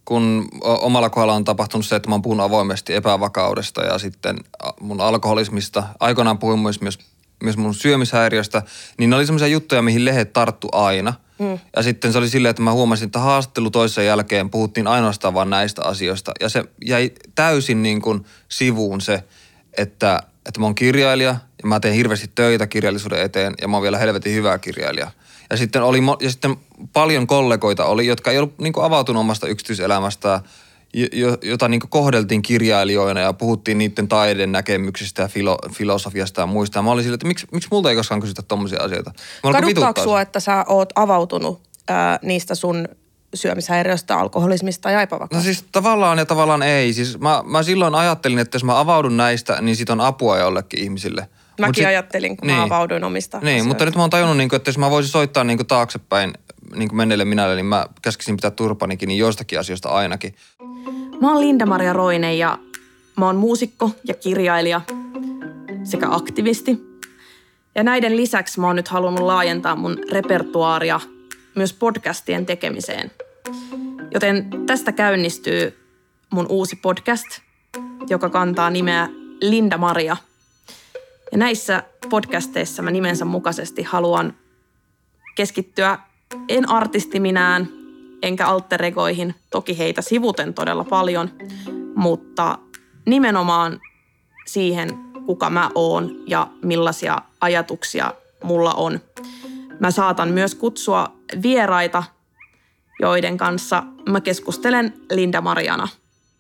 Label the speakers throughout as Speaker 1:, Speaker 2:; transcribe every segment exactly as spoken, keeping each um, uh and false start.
Speaker 1: kun omalla kohdalla on tapahtunut se, että mä oon puhunut avoimesti epävakaudesta ja sitten mun alkoholismista. Aikoinaan puhuin myös, myös, myös mun syömishäiriöstä, niin ne oli semmoisia juttuja, mihin lehdet tarttu aina. Mm. Ja sitten se oli silleen, että mä huomasin, että haastattelu toisen jälkeen puhuttiin ainoastaan vaan näistä asioista. Ja se jäi täysin niin kuin sivuun se, että, että mä oon kirjailija ja mä teen hirveästi töitä kirjallisuuden eteen ja mä oon vielä helvetin hyvä kirjailija. Ja sitten, oli, ja sitten paljon kollegoita oli, jotka ei ollut niin kuin avautunut omasta yksityiselämästään, jota niin kuin kohdeltiin kirjailijoina ja puhuttiin niiden taiden näkemyksistä ja filo, filosofiasta ja muista. Ja mä olin sille, että miksi, miksi multa ei koskaan kysytä tommosia asioita?
Speaker 2: Kaduttaako sua, että sä oot avautunut ää, niistä sun syömishäiriöstä, alkoholismista ja epävakaudesta?
Speaker 1: No siis tavallaan ja tavallaan ei. Siis mä, mä silloin ajattelin, että jos mä avaudun näistä, niin sit on apua jollekin ihmisille.
Speaker 2: Mäkin sit, ajattelin, kun niin, mä avauduin omista
Speaker 1: Niin,
Speaker 2: asioista.
Speaker 1: Mutta nyt mä oon tajunnut, että jos mä voisin soittaa taaksepäin menneelle minälle, niin mä käskisin pitää turpanikin niin jostakin asioista ainakin.
Speaker 2: Mä oon Linda-Maria Roine ja mä oon muusikko ja kirjailija sekä aktivisti. Ja näiden lisäksi mä oon nyt halunnut laajentaa mun repertuaaria myös podcastien tekemiseen. Joten tästä käynnistyy mun uusi podcast, joka kantaa nimeä Linda-Maria. Ja näissä podcasteissa mä nimensä mukaisesti haluan keskittyä en artistiminään, enkä alteregoihin, toki heitä sivuten todella paljon, mutta nimenomaan siihen, kuka mä oon ja millaisia ajatuksia mulla on. Mä saatan myös kutsua vieraita, joiden kanssa mä keskustelen Linda-Mariana.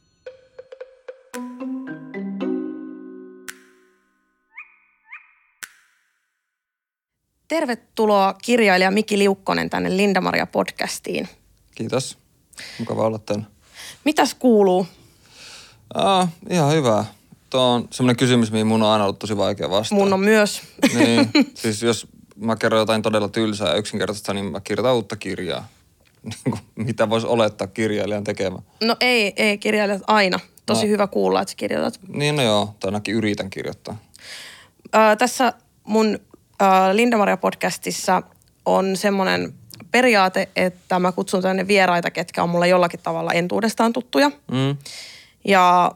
Speaker 2: Tervetuloa kirjailija Miki Liukkonen tänne Linda-Maria podcastiin.
Speaker 1: Kiitos. Mukava olla täällä.
Speaker 2: Mitäs kuuluu?
Speaker 1: Ah, ihan hyvä. Tuo on semmoinen kysymys, mihin mun on aina ollut tosi vaikea vastata.
Speaker 2: Mun on myös.
Speaker 1: Niin, siis jos mä kerron jotain todella tylsää ja yksinkertaista, niin mä kirjoitan uutta kirjaa. Mitä voisi olettaa kirjailijan tekemään?
Speaker 2: No ei, ei kirjailijat aina. Tosi no. Hyvä kuulla, että sä kirjoitat.
Speaker 1: Niin no joo, tai ainakin yritän kirjoittaa.
Speaker 2: Ö, tässä mun ö, Linda-Maria-podcastissa on semmoinen periaate, että mä kutsun tänne vieraita, ketkä on mulle jollakin tavalla entuudestaan tuttuja. Mm. Ja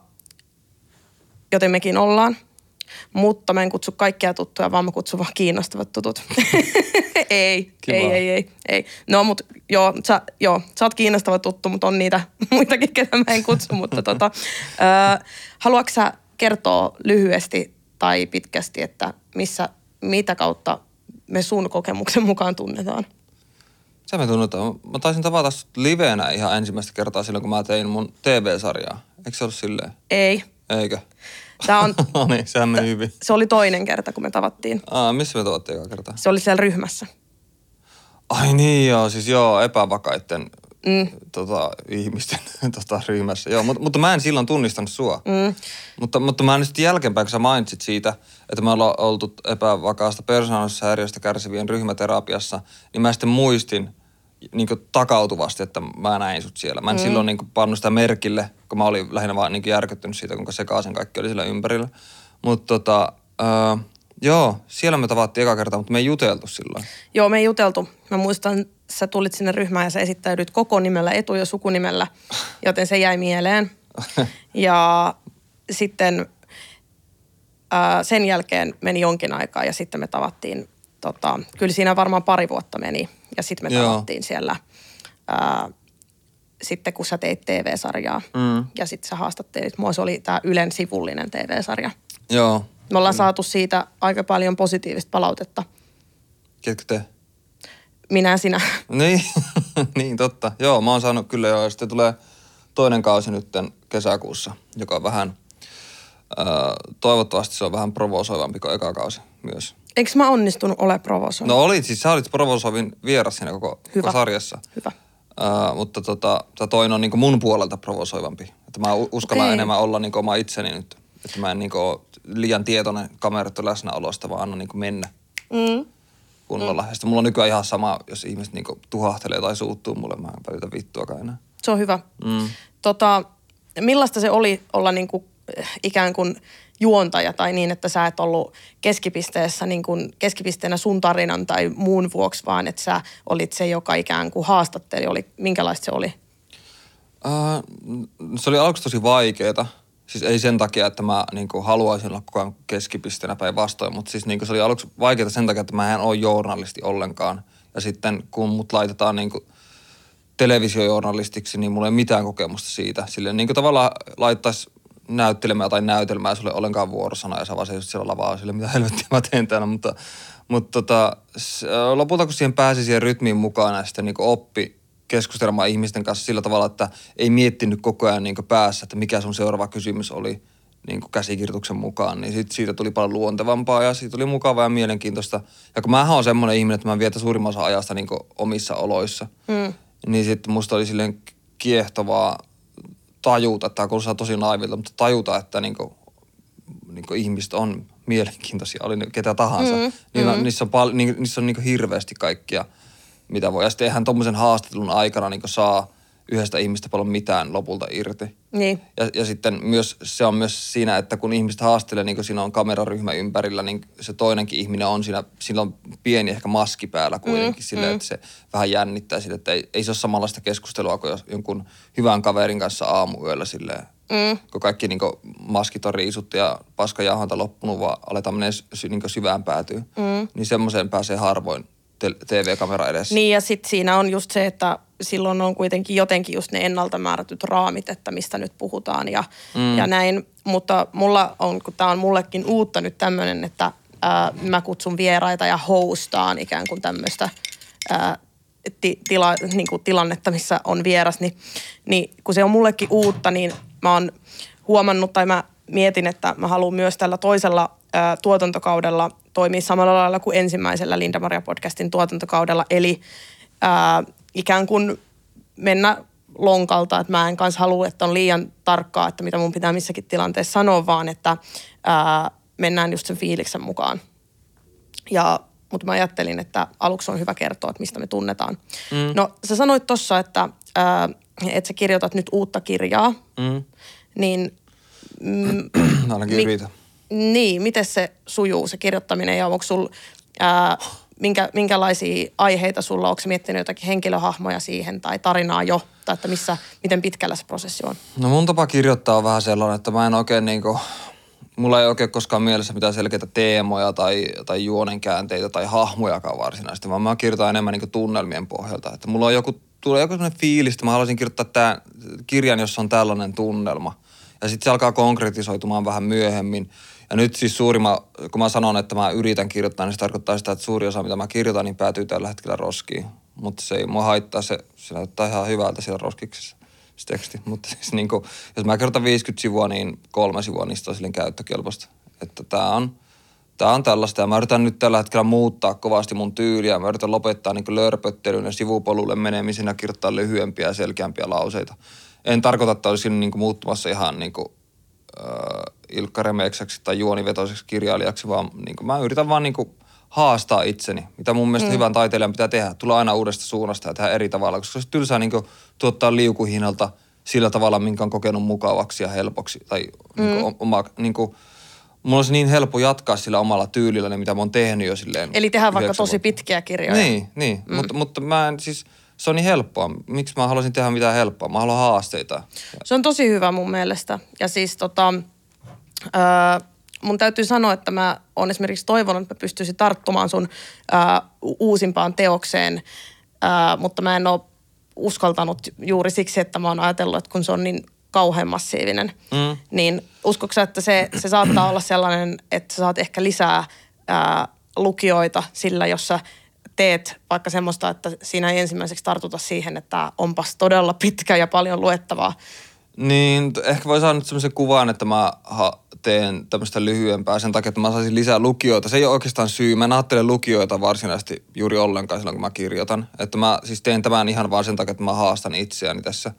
Speaker 2: joten mekin ollaan. Mutta mä en kutsu kaikkia tuttuja, vaan mä kutsun vaan kiinnostavat tutut. ei, Kiva. ei, ei, ei, ei. No mut joo sä, joo, sä oot kiinnostava tuttu, mutta on niitä muitakin, ketä mä en kutsu. mutta tota, ö, haluatko sä kertoa lyhyesti tai pitkästi, että missä, mitä kautta me sun kokemuksen mukaan tunnetaan?
Speaker 1: Se me tunnetaan. Mä taisin tavata liveenä ihan ensimmäistä kertaa silloin, kun mä tein mun T V-sarjaa. Eikö se ollut silleen?
Speaker 2: Ei.
Speaker 1: Eikö?
Speaker 2: Tää on,
Speaker 1: no niin, sehän meni hyvin.
Speaker 2: Se oli toinen kerta, kun me tavattiin.
Speaker 1: Aa, missä me tavattiin eka kertaa?
Speaker 2: Se oli siellä ryhmässä.
Speaker 1: Ai niin joo, siis joo, epävakaitten mm. tota, ihmisten tota, ryhmässä. Joo, mutta, mutta mä en silloin tunnistanut sua. Mm. Mutta, mutta mä en sitten jälkeenpäin, kun sä mainitsit siitä, että me ollaan oltu epävakaasta persoonallisesta häiriöstä kärsivien ryhmäterapiassa, niin mä sitten muistin niin kuin takautuvasti, että mä näin sut siellä. Mä en mm. silloin niin kuin pannut sitä merkille, kun mä olin lähinnä vaan niin kuin järkyttynyt siitä, kuinka sekaisin kaikki oli siellä ympärillä. Mutta tota, äh, joo, siellä me tavattiin eka kertaa, mutta me ei juteltu silloin.
Speaker 2: Joo, me ei juteltu. Mä muistan, sä tulit sinne ryhmään ja sä esittäydyt koko nimellä, etu- ja sukunimellä, joten se jäi mieleen. Ja sitten äh, sen jälkeen meni jonkin aikaa ja sitten me tavattiin, tota, kyllä siinä varmaan pari vuotta meni. Ja sitten me tavattiin Joo. siellä, ää, sitten kun sä teit T V-sarjaa mm. ja sitten sä haastattelit mua. Se oli tää Ylen sivullinen T V-sarja.
Speaker 1: Joo.
Speaker 2: Me ollaan mm. saatu siitä aika paljon positiivista palautetta.
Speaker 1: Ketkä te?
Speaker 2: Minä ja sinä.
Speaker 1: Niin, niin totta. Joo, mä oon saanut kyllä joo. Sitten tulee toinen kausi nytten kesäkuussa, joka on vähän, ää, toivottavasti se on vähän provosoivampi kuin eka kausi myös.
Speaker 2: Eikö mä onnistunut ole provosoiva?
Speaker 1: No olit, siis sä olit provosoivin vieras siinä koko, koko sarjassa.
Speaker 2: Hyvä.
Speaker 1: Uh, mutta tota, toinen on niinku mun puolelta provosoivampi. Että mä uskallan okay. enemmän olla niinku oma itseni nyt. Että mä en niinku ole liian tietoinen kamerat läsnäolosta, vaan annan niinku mennä mm. kunnolla. Mm. Ja sitten mulla on nykyään ihan sama, jos ihmiset niinku tuhahtelee tai suuttuu mulle, mä en välitä vittuakaan enää.
Speaker 2: Se on hyvä. Mm. Tota, millaista se oli olla niinku ikään kuin juontaja tai niin, että sä et ollut keskipisteessä niin kuin keskipisteenä sun tarinan tai muun vuoksi, vaan että sä olit se, joka ikään kuin haastatteli. Oli, minkälaista se oli?
Speaker 1: se oli aluksi tosi vaikeeta. Siis ei sen takia, että mä niinku haluaisin olla koko ajan keskipisteenä päinvastoin, mutta siis niinku se oli aluksi vaikeeta sen takia, että mä en ole journalisti ollenkaan. Ja sitten kun mut laitetaan niinku televisiojournalistiksi, niin mulla ei ole mitään kokemusta siitä. Silleen niin kuin tavallaan laittaisi näyttelemään tai näytelmää, sulle ollenkaan vuorosana ja sä vaan seisot siellä lavaa sille, mitä helvettiä mä teen täällä. Mutta, mutta tota, lopulta kun siihen pääsi siihen rytmiin mukaan ja sitten niin kuin oppi keskustelemaan ihmisten kanssa sillä tavalla, että ei miettinyt koko ajan niin kuin päässä, että mikä sun seuraava kysymys oli niin kuin käsikirjoituksen mukaan, niin sit siitä tuli paljon luontevampaa ja siitä tuli mukavaa ja mielenkiintoista. Ja kun mähän on semmoinen ihminen, että mä vietän suurimman osan ajasta niin kuin omissa oloissa, mm. niin sitten musta oli silleen kiehtovaa tajuta, että tämä kuulostaa tosi naivilta, mutta tajuta, että niin kuin, niin kuin ihmiset on mielenkiintoisia, oli ne ketä tahansa. Mm. Niin on, mm. Niissä on, pal- ni- niissä on niin kuin hirveästi kaikkia, mitä voi. Ja sitten eihän tommoisen haastattelun aikana niin kuin saa yhdestä ihmistä paljon mitään lopulta irti.
Speaker 2: Niin.
Speaker 1: Ja, ja sitten myös, se on myös siinä, että kun ihmiset haastelee, niin kun siinä on kameraryhmä ympärillä, niin se toinenkin ihminen on siinä, sillä on pieni ehkä maski päällä kuitenkin, mm, silleen, mm. että se vähän jännittää sille, että ei, ei se ole samanlaista keskustelua kuin jos jonkun hyvän kaverin kanssa aamuyöllä silleen, mm. kun kaikki niin kun maskit on riisuttu ja paskajauhanta loppunut, vaan aletaan mennä sy, niin syvään päätyyn, mm. niin semmoiseen pääsee harvoin T V-kamera edessä.
Speaker 2: Niin ja sitten siinä on just se, että silloin on kuitenkin jotenkin just ne ennalta määrätyt raamit, että mistä nyt puhutaan ja, mm. ja näin. Mutta mulla on, kun tää on mullekin uutta nyt tämmöinen, että ää, mä kutsun vieraita ja hostaan ikään kuin tämmöistä ää, ti, tila, niin kuin tilannetta, missä on vieras. Niin, niin kun se on mullekin uutta, niin mä oon huomannut tai mä mietin, että mä haluan myös tällä toisella ää, tuotantokaudella toimii samalla lailla kuin ensimmäisellä Linda Maria podcastin tuotantokaudella. Eli ää, ikään kuin mennä lonkalta, että mä en kanssa halua, että on liian tarkkaa, että mitä mun pitää missäkin tilanteessa sanoa, vaan että ää, mennään just sen fiiliksen mukaan. Ja, mutta mä ajattelin, että aluksi on hyvä kertoa, että mistä me tunnetaan. Mm. No sä sanoit tossa, että ää, et sä kirjoitat nyt uutta kirjaa, mm. niin... Mm,
Speaker 1: ainakin mi- yritä.
Speaker 2: Niin, miten se sujuu se kirjoittaminen ja onko sulla, ää, minkä, minkälaisia aiheita sulla, onko sä miettinyt jotakin henkilöhahmoja siihen tai tarinaa jo, tai että missä, miten pitkällä se prosessi on?
Speaker 1: No mun tapa kirjoittaa on vähän sellainen, että mä en oikein niinku, mulla ei oikein koskaan mielessä mitään selkeitä teemoja tai, tai juonenkäänteitä tai hahmojakaan varsinaisesti, vaan mä kirjoitan enemmän niinku tunnelmien pohjalta, että mulla on joku, tulee joku sellainen fiilis, että mä haluaisin kirjoittaa tämän kirjan, jossa on tällainen tunnelma. Ja sitten se alkaa konkretisoitumaan vähän myöhemmin. Ja nyt siis suurimman, kun mä sanon, että mä yritän kirjoittaa, niin se tarkoittaa sitä, että suuri osa, mitä mä kirjoitan, niin päätyy tällä hetkellä roskiin. Mutta se ei mua haittaa, se, se näyttää ihan hyvältä siellä roskiksessa, se teksti. Mutta siis niin kuin, jos mä kirjoitan viisikymmentä sivua, niin kolme sivua niistä on silleen käyttökelpoista. Että tää on, tää on tällaista. Ja mä yritän nyt tällä hetkellä muuttaa kovasti mun tyyliä. Mä yritän lopettaa niin kuin lörpöttelyn ja sivupolulle menemisen ja kirjoittaa lyhyempiä ja selkeämpiä lauseita. En tarkoita, että olisin niin kuin muuttumassa ihan niin kuin Äh, Ilkka Remekseksi tai juonivetoiseksi kirjailijaksi, vaan niin kuin, mä yritän vaan niin kuin, haastaa itseni, mitä mun mielestä mm. hyvän taiteilijan pitää tehdä. Tulla aina uudesta suunnasta ja tehdä eri tavalla, koska se tylsää niin kuin, tuottaa liukuhinnalta sillä tavalla, minkä on kokenut mukavaksi ja helpoksi. Tai mm. niin kuin, oma, niin kuin, mulla olisi niin helppo jatkaa sillä omalla tyylilläni, mitä mä oon tehnyt jo silleen.
Speaker 2: Eli tehdään vaikka tosi vuotta. Pitkiä kirjoja.
Speaker 1: Niin, niin. Mm. Mutta, mutta mä en siis... Se on niin helppoa. Miksi mä haluaisin tehdä mitään helppoa? Mä haluan haasteita.
Speaker 2: Se on tosi hyvä mun mielestä. Ja siis tota, öö, mun täytyy sanoa, että mä oon esimerkiksi toivonut, että mä pystyisin tarttumaan sun öö, uusimpaan teokseen, öö, mutta mä en ole uskaltanut juuri siksi, että mä oon ajatellut, että kun se on niin kauhean massiivinen, mm. niin uskotko sä, että se, se saattaa olla sellainen, että sä saat ehkä lisää öö, lukijoita sillä, jos sä teet vaikka semmoista, että siinä ei ensimmäiseksi tartuta siihen, että onpas todella pitkä ja paljon luettavaa.
Speaker 1: Niin, ehkä voi saada nyt semmoisen kuvan, että mä teen tämmöistä lyhyempää sen takia, että mä saisin lisää lukijoita. Se ei ole oikeastaan syy. Mä en ajattele lukijoita varsinaisesti juuri ollenkaan silloin, kun mä kirjoitan. Että mä siis teen tämän ihan vaan sen takia, että mä haastan itseäni tässä.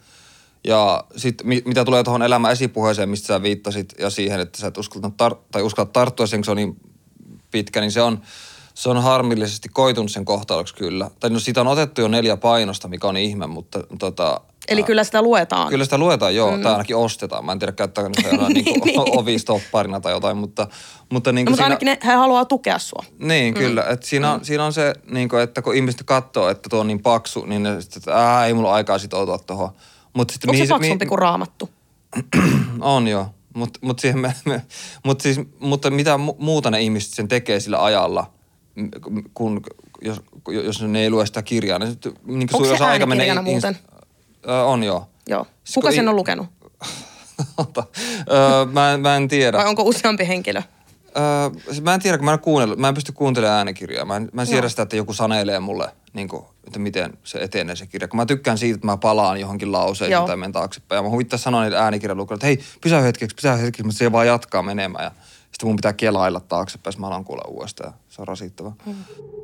Speaker 1: Ja sitten mitä tulee tuohon elämän esipuheeseen, mistä sä viittasit, ja siihen, että sä et uskalla, tar- tai uskalla tarttua sen, kun se on niin pitkä, niin se on... Se on harmillisesti koitunut sen kohtaloksi kyllä. Tai no siitä on otettu jo neljä painosta, mikä on ihme, mutta tota...
Speaker 2: Eli ää, kyllä sitä luetaan.
Speaker 1: Kyllä sitä luetaan, joo. Mm. Tai ainakin ostetaan. Mä en tiedä, käyttääkö ne jotain niin niin. ovistopparina tai jotain, mutta... Mutta, niin
Speaker 2: no, mutta
Speaker 1: siinä...
Speaker 2: ainakin ne, he haluaa tukea sua.
Speaker 1: Niin, mm. kyllä. Että siinä, mm. siinä on se, niin kuin, että kun ihmiset katsoo, että tuo on niin paksu, niin ne sitten, että ää, ei mulla aikaa sitoutua tuohon. Mut
Speaker 2: sitten, onko se paksumpi mi- kuin Raamattu?
Speaker 1: On joo. Mut, mut siihen me, me, mut siis, mutta mitä muuta ne ihmiset sen tekee sillä ajalla, kun, jos, jos ne ei lue sitä kirjaa. Ne, niin
Speaker 2: onko se äänikirjana muuten?
Speaker 1: Ins- äh, on joo.
Speaker 2: Joo. Kuka sen on lukenut?
Speaker 1: öö, mä, mä en tiedä.
Speaker 2: Vai onko useampi henkilö?
Speaker 1: Öö, mä en tiedä, kun mä en kuunnellut. Mä en pysty kuuntelemaan äänikirjaa. Mä en, mä en siedä sitä, että joku sanelee mulle, niin kuin, että miten se etenee se kirja. Kun mä tykkään siitä, että mä palaan johonkin lauseisiin Joo. tai menen taaksepäin. Ja mä huvittaa sanoa niille äänikirjalukijoille, että hei, pysäy hetkeksi, pysäy hetkeksi, mutta se vaan jatkaa menemään. Ja sitten mun pitää kelailla taaksepäin, jos mä alan kuulla uudestaan. Se on rasittava. Hmm.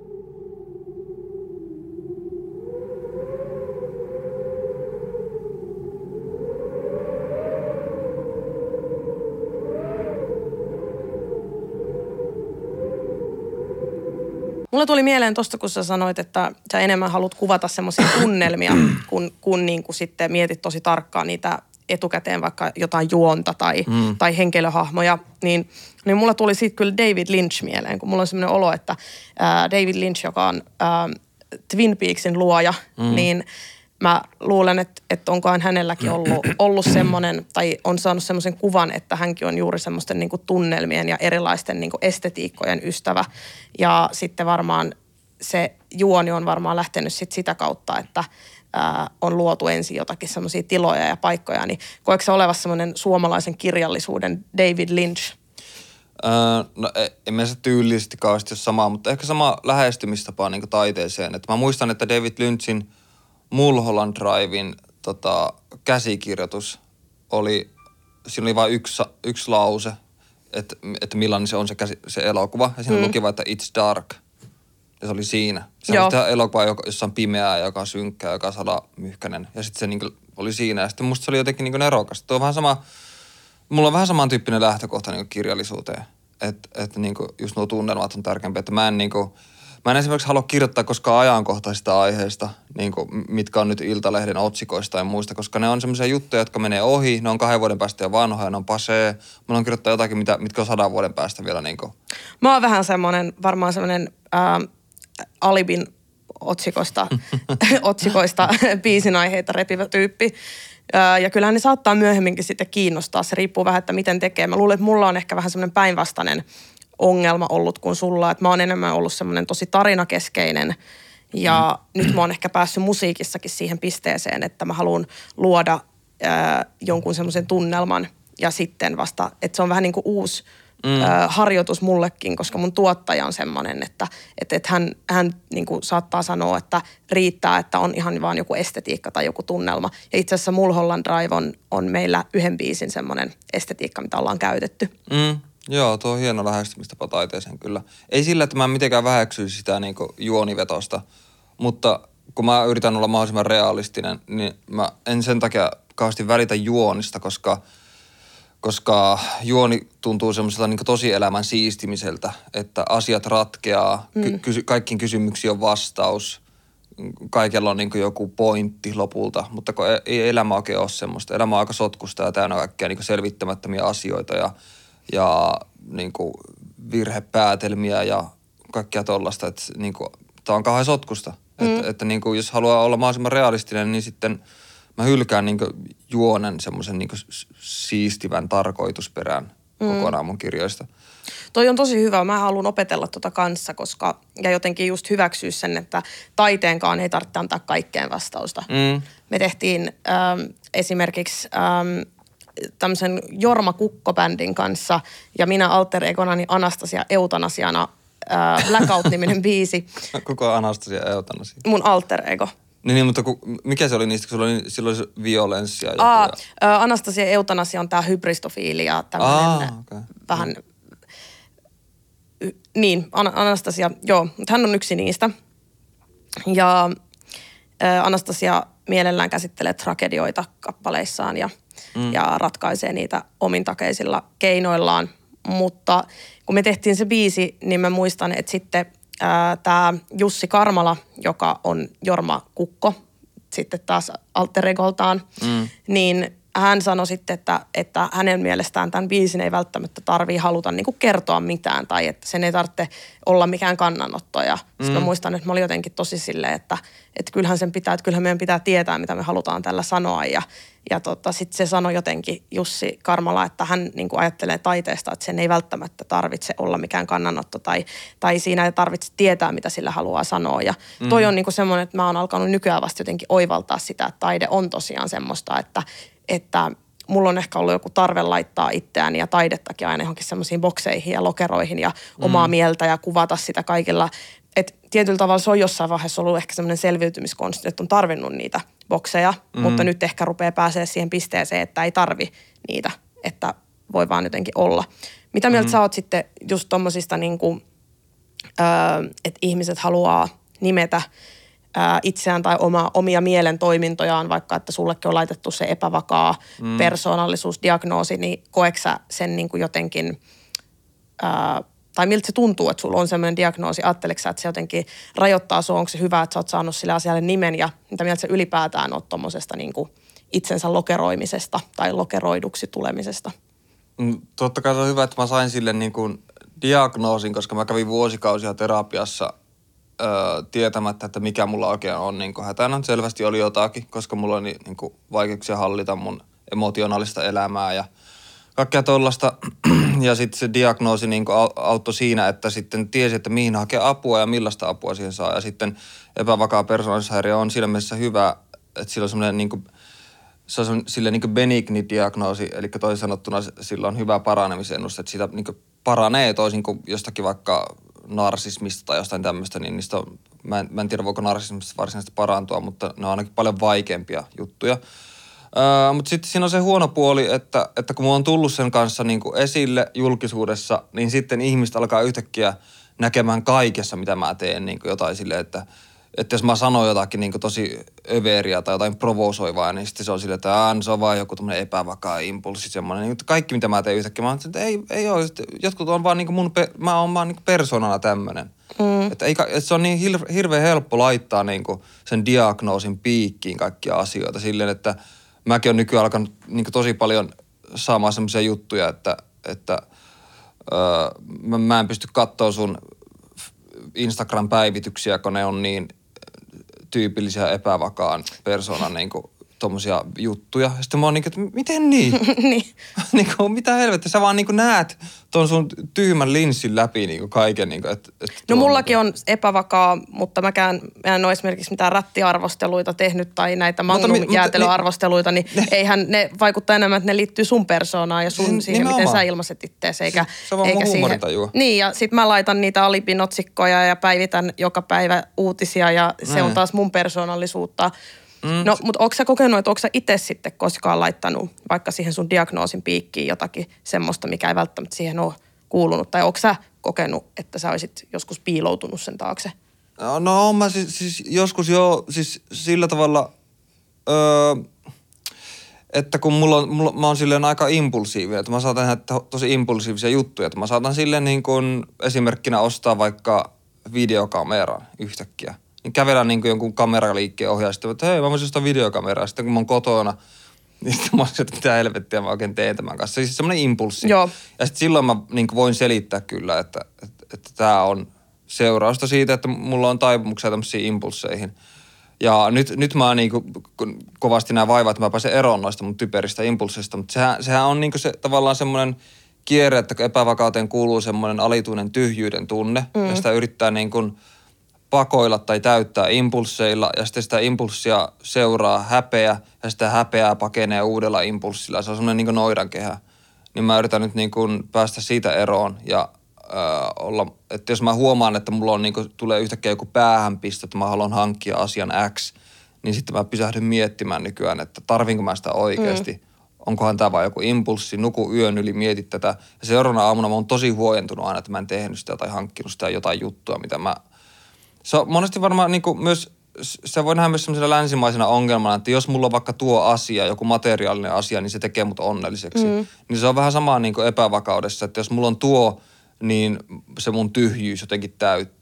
Speaker 2: Mulla tuli mieleen tuosta, kun sä sanoit, että sä enemmän haluat kuvata semmoisia tunnelmia, kun, kun niin kuin sitten mietit tosi tarkkaan niitä etukäteen vaikka jotain juonta tai, mm. tai henkilöhahmoja, niin, niin mulla tuli siitä kyllä David Lynch mieleen, kun mulla on semmoinen olo, että ää, David Lynch, joka on ää, Twin Peaksin luoja, mm. niin mä luulen, että, että onkohan hänelläkin ollut, ollut semmoinen, tai on saanut semmoisen kuvan, että hänkin on juuri semmoisten niin kuin tunnelmien ja erilaisten niin kuin estetiikkojen ystävä. Ja sitten varmaan se juoni on varmaan lähtenyt sit sitä kautta, että ää, on luotu ensin jotakin semmoisia tiloja ja paikkoja. Niin koetko sä olevassa semmoinen suomalaisen kirjallisuuden David Lynch?
Speaker 1: Öö, no en mä se tyylisesti kauheasti ole samaa, mutta ehkä sama lähestymistapa niin kuin taiteeseen. Et mä muistan, että David Lynchin Mulholland Driven tota, käsikirjoitus oli, siinä oli vain yksi, yksi lause, että, että millainen se on se, käsi, se elokuva. Ja siinä mm. luki vain, että it's dark. Ja se oli siinä. Se oli elokuva, jossa on pimeää, joka on synkkää, joka on salamyhkäinen. Ja sitten se niin kuin, oli siinä. Ja sitten musta se oli jotenkin niin kuin nerokas. Tuo on vähän sama, mulla on vähän samantyyppinen lähtökohta niin kuin kirjallisuuteen. Että et, niin kuin just nuo tunnelmat on tärkeämpiä. Että mä en niin kuin, Mä en esimerkiksi halua kirjoittaa koskaan ajankohtaisista aiheista, niin kuin mitkä on nyt Iltalehden otsikoista tai muista, koska ne on semmoisia juttuja, jotka menee ohi, ne on kahden vuoden päästä jo vanhoja, ne on pasee. Mä on kirjoittaa jotakin, mitä, mitkä on sadan vuoden päästä vielä niin kuin.
Speaker 2: Mä oon vähän semmoinen, varmaan semmoinen ää, Alibin otsikoista, otsikoista biisin aiheita repivä tyyppi. Ää, ja kyllähän ne saattaa myöhemminkin sitten kiinnostaa, se riippuu vähän, että miten tekee. Mä luulen, että mulla on ehkä vähän semmoinen päinvastainen ongelma ollut kuin sulla, että mä oon enemmän ollut semmoinen tosi tarinakeskeinen ja mm. nyt mä oon ehkä päässyt musiikissakin siihen pisteeseen, että mä haluan luoda ää, jonkun semmoisen tunnelman ja sitten vasta, että se on vähän niin kuin uusi mm. ää, harjoitus mullekin, koska mun tuottaja on semmoinen, että et, et hän, hän niin kuin saattaa sanoa, että riittää, että on ihan vaan joku estetiikka tai joku tunnelma. Ja itse asiassa Mulholland Drive on, on meillä yhden biisin semmoinen estetiikka, mitä ollaan käytetty.
Speaker 1: Mm. Joo, tuo on hieno lähestymistapa taiteeseen kyllä. Ei sillä, että mä mitenkään väheksyisi sitä niin kuin juonivetosta, mutta kun mä yritän olla mahdollisimman realistinen, niin mä en sen takia kauheasti välitä juonista, koska, koska juoni tuntuu semmoiselta niin kuin tosielämän siistimiseltä, että asiat ratkeaa, mm. ky- kaikkiin kysymyksiin on vastaus, kaikella on niin kuin joku pointti lopulta, mutta kun ei elämä oikein ole semmoista. Elämä on aika sotkusta ja täynnä kaikkea niin kuin selvittämättömiä asioita ja ja niin kuin virhepäätelmiä ja kaikkea tollaista, että niin kuin, tää on kauhean sotkusta. Mm. Että, että niin kuin, jos haluaa olla mahdollisimman realistinen, niin sitten mä hylkään niin kuin juonen semmoisen niin kuin siistivän tarkoitusperään mm. kokonaan mun kirjoista.
Speaker 2: Toi on tosi hyvä. Mä haluan opetella tota kanssa, koska ja jotenkin just hyväksyä sen, että taiteenkaan ei tarvitse antaa kaikkeen vastausta. Mm. Me tehtiin ähm, esimerkiksi Ähm, tämmöisen Jorma Kukko-bändin kanssa ja minä alter egonani Anastasia Eutanasiana ää, Blackout-niminen biisi.
Speaker 1: Kuka on Anastasia Eutanasia?
Speaker 2: Mun alter ego.
Speaker 1: Niin, niin mutta ku, mikä se oli niistä, kun sulla oli, silloin se violenssia?
Speaker 2: Aa, ja Anastasia Eutanasia on tää hybristofiili ja tämmöinen okay. vähän, y, niin, Anastasia, joo, mutta hän on yksi niistä. Ja ää, Anastasia mielellään käsittelee tragedioita kappaleissaan ja Mm. ja ratkaisee niitä omintakeisilla keinoillaan. Mutta kun me tehtiin se biisi, niin mä muistan, että sitten tämä Jussi Karmala, joka on Jorma Kukko, sitten taas alter egoltaan, mm. niin hän sanoi sitten, että, että hänen mielestään tämän biisin ei välttämättä tarvii haluta niin kuin kertoa mitään tai että sen ei tarvitse olla mikään kannanotto. Ja mm. sitten mä muistan, että mä olin jotenkin tosi silleen, että, että kyllähän sen pitää, että kyllähän meidän pitää tietää, mitä me halutaan tällä sanoa. Ja, ja tota, sitten se sanoi jotenkin Jussi Karmala, että hän niin kuin ajattelee taiteesta, että sen ei välttämättä tarvitse olla mikään kannanotto tai, tai siinä ei tarvitse tietää, mitä sillä haluaa sanoa. Ja mm. toi on niin kuin semmoinen, että mä oon alkanut nykyään vasta jotenkin oivaltaa sitä, että taide on tosiaan semmoista, että, että mulla on ehkä ollut joku tarve laittaa itseäni ja taidettakin aina johonkin semmoisiin bokseihin ja lokeroihin ja mm. omaa mieltä ja kuvata sitä kaikilla. Että tietyllä tavalla se on jossain vaiheessa ollut ehkä semmoinen selviytymiskonsti, että on tarvinnut niitä bokseja, mm. mutta nyt ehkä rupeaa pääsee siihen pisteeseen, että ei tarvi niitä, että voi vaan jotenkin olla. Mitä mieltä mm. sä oot sitten just tommosista niin kuin, öö, että ihmiset haluaa nimetä itseään tai oma, omia mielen toimintojaan, vaikka että sullekin on laitettu se epävakaa mm. persoonallisuusdiagnoosi, niin koetko sä sen niin kuin jotenkin, ää, tai miltä se tuntuu, että sulla on sellainen diagnoosi, ajatteleksä sä, että se jotenkin rajoittaa sua, onko se hyvä, että sä oot saanut sille asialle nimen ja mitä mieltä sä ylipäätään oot tommosesta niin kuin itsensä lokeroimisesta tai lokeroiduksi tulemisesta?
Speaker 1: Mm, totta kai se on hyvä, että mä sain sille niin kuin diagnoosin, koska mä kävin vuosikausia terapiassa Öö, tietämättä, että mikä mulla oikein on niin kuin hätänä. Selvästi oli jotakin, koska mulla oli niin kuin vaikeuksia hallita mun emotionaalista elämää ja kaikkea tollaista. Ja sitten se diagnoosi niin kuin auttoi siinä, että sitten tiesi, että mihin hakea apua ja millaista apua siihen saa. Ja sitten epävakaa persoonallisuushäiriö on siinä mielessä hyvä, että sillä on semmoinen niin kuin, se on sille niin kuin benigni diagnoosi, eli toisin sanottuna sillä on hyvä paranemisennus, että sitä niin kuin paranee toisin kuin jostakin vaikka narsismista tai jostain tämmöistä, niin niistä on, mä en, mä en tiedä voiko narsismista varsinaisesti parantua, mutta ne on ainakin paljon vaikeampia juttuja. Öö, mutta sitten siinä on se huono puoli, että, että kun mä oon tullut sen kanssa niin kuin esille julkisuudessa, niin sitten ihmiset alkaa yhtäkkiä näkemään kaikessa, mitä mä teen niin kuin jotain silleen, että että jos mä sanon jotakin niin kuin tosi överiä tai jotain provosoivaa, niin sitten se on silleen, että aah, se on vaan joku tämmöinen epävakaa impulssi, semmoinen. Niin kaikki, mitä mä teen yhtäkkiä, mä oon, että ei, ei ole. Jotkut on vaan niin kuin mun, mä oon vaan niin kuin persoonana tämmöinen. Mm. Että, ei, että se on niin hirveän helppo laittaa niin kuin sen diagnoosin piikkiin kaikkia asioita silleen, että mäkin olen nykyään alkanut niin kuin tosi paljon saamaan semmoisia juttuja, että, että öö, mä, mä en pysty katsoa sun Instagram-päivityksiä, kun ne on niin tyypillisiä epävakaan persoonan niin kuin tommosia juttuja. Sitten mä oon niin kuin, että miten niin?
Speaker 2: niin.
Speaker 1: niin kuin, mitä helvettiä? Sä vaan niin kuin näet ton sun tyhmän linssin läpi niin kuin kaiken. Niin kuin, et, et
Speaker 2: no mullakin niin kuin on epävakaa, mutta mäkään mä en ole esimerkiksi mitään rättiarvosteluita tehnyt tai näitä Magnum-jäätelöarvosteluita, niin ne, eihän ne vaikuttaa enemmän, että ne liittyy sun persoonaan ja sun siihen, nimenomaan. Miten sä ilmaiset ittees. Eikä,
Speaker 1: se on vaan mun huumorintajua.
Speaker 2: Niin, ja sit mä laitan niitä alipinotsikkoja ja päivitän joka päivä uutisia ja se ne. On taas mun persoonallisuutta. Mm. No, mutta onko sä kokenut, että onko sä itse sitten koskaan laittanut vaikka siihen sun diagnoosin piikkiin jotakin semmoista, mikä ei välttämättä siihen ole kuulunut? Tai onko sä kokenut, että sä olisit joskus piiloutunut sen taakse?
Speaker 1: No, no mä siis, siis joskus jo siis sillä tavalla, öö, että kun mulla on, mulla, mä oon silleen aika impulsiivinen, että mä saatan tehdä to, tosi impulsiivisia juttuja. Että mä saatan silleen niin kuin esimerkkinä ostaa vaikka videokameran yhtäkkiä. Niin kävelään niin kuin jonkun kameraliikkeen ohjaa sitten, että hei, mä voisin ostaa videokameraa. Sitten kun mä oon kotona, niin sitten mä oon että mitä helvettiä mä oikein teen tämän kanssa. Siis semmoinen impulssi.
Speaker 2: Joo.
Speaker 1: Ja sitten silloin mä niin kuin voin selittää kyllä, että, että, että tämä on seurausta siitä, että mulla on taipumuksia tämmöisiin impulseihin. Ja nyt, nyt mä niin kuin kovasti nämä vaivat, että mä pääsen eroon noista mun typeristä impulseista. Mutta sehän, sehän on niin kuin se tavallaan semmoinen kierre, että kun epävakauteen kuuluu semmoinen alituinen tyhjyyden tunne. Mm. Ja sitä yrittää niin kuin pakoilla tai täyttää impulseilla ja sitten sitä impulssia seuraa häpeä ja sitä häpeää pakenee uudella impulssilla. Se on semmoinen niin kuin noidankehä. Niin mä yritän nyt niin kuin päästä siitä eroon ja äh, olla, että jos mä huomaan, että mulla on niin kuin, tulee yhtäkkiä joku päähänpisto, että mä haluan hankkia asian X, niin sitten mä pysähdyn miettimään nykyään, että tarvinko mä sitä oikeasti. Mm. Onkohan tämä vaan joku impulssi, nuku yön yli, mieti tätä. Ja seuraavana aamuna mä oon tosi huojentunut aina, että mä en tehnyt sitä tai hankkinut sitä jotain juttua, mitä mä se on monesti varmaan niin kuin myös, se voi nähdä myös sellaisena länsimaisena ongelmana, että jos mulla on vaikka tuo asia, joku materiaalinen asia, niin se tekee mut onnelliseksi. Mm. Niin se on vähän samaa niin kuin epävakaudessa, että jos mulla on tuo, niin se mun tyhjyys jotenkin täyttyy.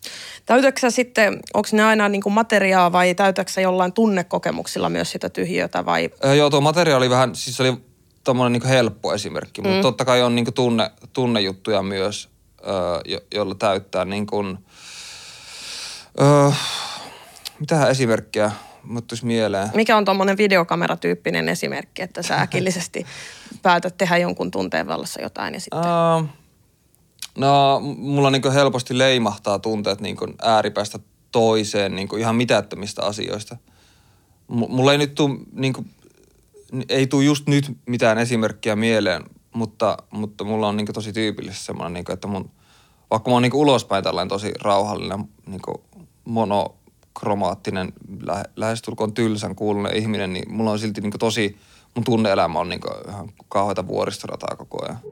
Speaker 2: Täytätkö sä sitten, onko ne aina niin kuin materiaa vai täytätkö sä jollain tunnekokemuksilla myös sitä tyhjötä vai?
Speaker 1: Öö, joo, tuo materiaali vähän, siis se oli tommoinen niin kuin helppo esimerkki, mm. mutta totta kai on niin kuin tunne, tunnejuttuja myös, öö, jo, jolla täyttää niin kuin, öö, mitähän esimerkkiä muuttuisi mieleen.
Speaker 2: Mikä on tommoinen videokameratyyppinen esimerkki, että sä äkillisesti päätät tehdä jonkun tunteen vallassa jotain ja sitten?
Speaker 1: Öö, no, mulla niin kuin helposti leimahtaa tunteet niin kuin ääripäästä toiseen niin kuin ihan mitättömistä asioista. M- mulla ei nyt tule, niin kuin, ei tule just nyt mitään esimerkkiä mieleen, mutta, mutta mulla on niin kuin tosi tyypillistä semmoinen, niin kuin, että mun, vaikka mä oon niin kuin ulospäin tällainen tosi rauhallinen, niin kuin monokromaattinen, lähe, lähestulkoon tylsän kuulunen ihminen, niin mulla on silti niin kuin tosi, mun tunne-elämä on niin kuin ihan kauheata vuoristorataa koko ajan.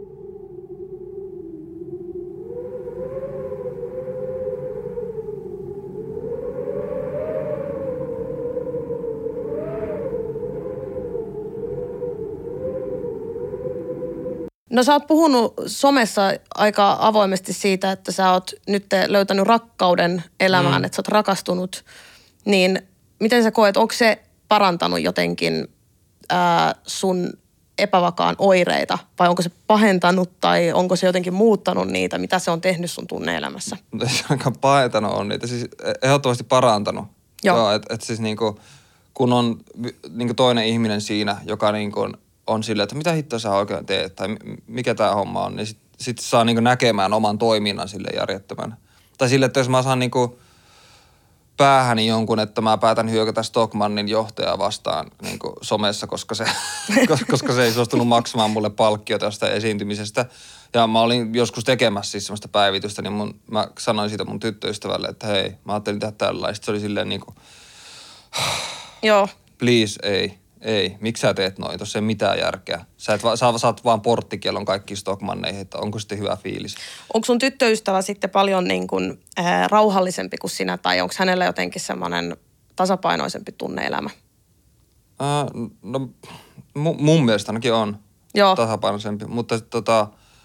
Speaker 2: No sä oot puhunut somessa aika avoimesti siitä, että sä oot nyt löytänyt rakkauden elämään, mm. että sä oot rakastunut. Niin miten sä koet, onko se parantanut jotenkin ää, sun epävakaan oireita vai onko se pahentanut tai onko se jotenkin muuttanut niitä? Mitä se on tehnyt sun tunne-elämässä?
Speaker 1: Ei se ainakaan pahentanut on niitä, siis ehdottomasti parantanut.
Speaker 2: Joo.
Speaker 1: Joo, että et siis niinku, kun on niinku toinen ihminen siinä, joka niinku on silleen, että mitä hittoa sä oikein teet tai mikä tää homma on, niin sit, sit saa niinku näkemään oman toiminnan sille järjettömän. Tai sille, että jos mä saan niinku päähäni jonkun, että mä päätän hyökätä Stockmannin johtajaa vastaan niinku somessa, koska se, koska se ei suostunut maksamaan mulle palkkiota tästä esiintymisestä. Ja mä olin joskus tekemässä siis semmoista päivitystä, niin mun, mä sanoin siitä mun tyttöystävälle, että hei, mä ajattelin tehdä tällaista. Se oli silleen niinku,
Speaker 2: Joo.
Speaker 1: Please, ei. Ei, miksi sä teet noin? Tuossa ei mitään järkeä. Sä, et va, sä saat vaan porttikielon kaikkiin Stockmanneihin, että onko sitten hyvä fiilis.
Speaker 2: Onko sun tyttöystävä sitten paljon niin kuin, äh, rauhallisempi kuin sinä tai onko hänellä jotenkin semmoinen tasapainoisempi tunne-elämä?
Speaker 1: Äh, no mu- mun mielestä ainakin on
Speaker 2: Joo.
Speaker 1: tasapainoisempi, mutta tota,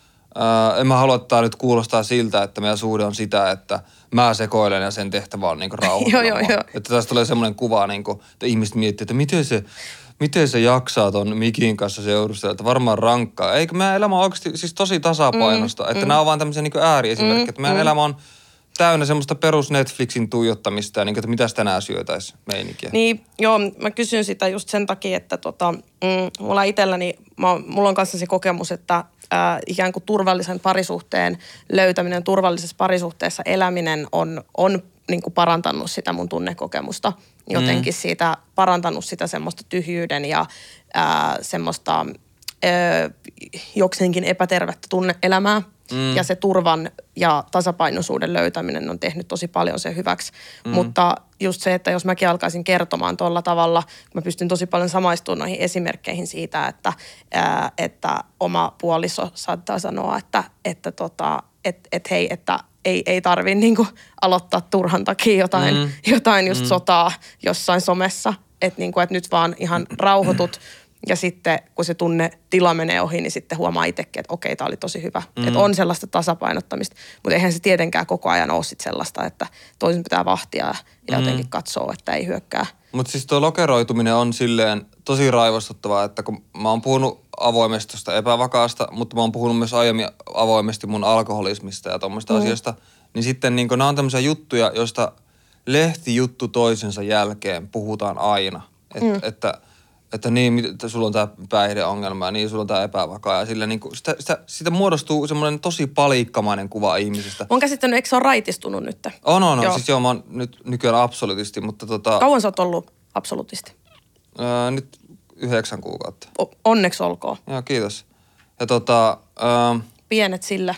Speaker 1: äh, en mä halua, että tää nyt kuulostaa siltä, että meidän suhde on sitä, että mä sekoilen ja sen tehtävä on niinku rauhoittava.
Speaker 2: Joo, joo, joo.
Speaker 1: Että tästä tulee semmoinen kuva, niinku, että ihmiset miettii, että miten se... Miten se jaksaa ton mikin kanssa seurustella, että varmaan rankkaa. Eikö meidän elämä on oikeasti siis tosi tasapainosta, mm, että mm. nämä on vaan tämmöisiä niin ääriesimerkkejä, mm, että meidän mm. elämä on täynnä semmoista perus Netflixin tuijottamista ja niin, että mitäs tänään syötäisiin meininkiä.
Speaker 2: Niin, joo, mä kysyn sitä just sen takia, että tota, mm, mulla itselläni, mä, mulla on kanssa se kokemus, että äh, ikään kuin turvallisen parisuhteen löytäminen, turvallisessa parisuhteessa eläminen on, on niin kuin parantanut sitä mun tunnekokemusta. Jotenkin mm. siitä parantanut sitä semmoista tyhjyyden ja ää, semmoista ää, jokseenkin epätervettä tunne-elämää. Mm. Ja se turvan ja tasapainoisuuden löytäminen on tehnyt tosi paljon sen hyväksi. Mm. Mutta just se, että jos mäkin alkaisin kertomaan tuolla tavalla, mä pystyn tosi paljon samaistumaan noihin esimerkkeihin siitä, että, ää, että oma puoliso saattaa sanoa, että, että tota, et, et hei, että ei, ei tarvitse niinku aloittaa turhan takia jotain, mm. jotain just mm. sotaa jossain somessa. Että niinku, et nyt vaan ihan rauhoitut ja sitten kun se tunnetila menee ohi, niin sitten huomaa itsekin, että okei, tämä oli tosi hyvä. Mm. Että on sellaista tasapainottamista, mutta eihän se tietenkään koko ajan ole sit sellaista, että toisen pitää vahtia ja mm. jotenkin katsoa, että ei hyökkää.
Speaker 1: Mutta siis tuo lokeroituminen on silleen tosi raivostuttavaa, että kun mä oon puhunut avoimesti tuosta epävakaasta, mutta mä oon puhunut myös aiemmin avoimesti mun alkoholismista ja tuommoista mm. asioista, niin sitten niin nämä on tämmöisiä juttuja, joista lehtijuttu toisensa jälkeen puhutaan aina. Et, mm. Että, että niin, että sulla on tämä päihdeongelma ja niin, sulla on tämä epävakaa. Ja sillä niin kuin, sitä, sitä, sitä muodostuu semmoinen tosi paliikkamainen kuva ihmisistä.
Speaker 2: Mä oon käsittänyt, eikö se ole raitistunut nyt?
Speaker 1: On, on, on. Siis joo, mä oon nyt nykyään absolutisti, mutta tota...
Speaker 2: Kauan sä oot ollut absolutisti?
Speaker 1: Öö, nyt yhdeksän kuukautta.
Speaker 2: O- onneksi olkoon.
Speaker 1: Joo, kiitos. Ja tota... Öö,
Speaker 2: Pienet sillä.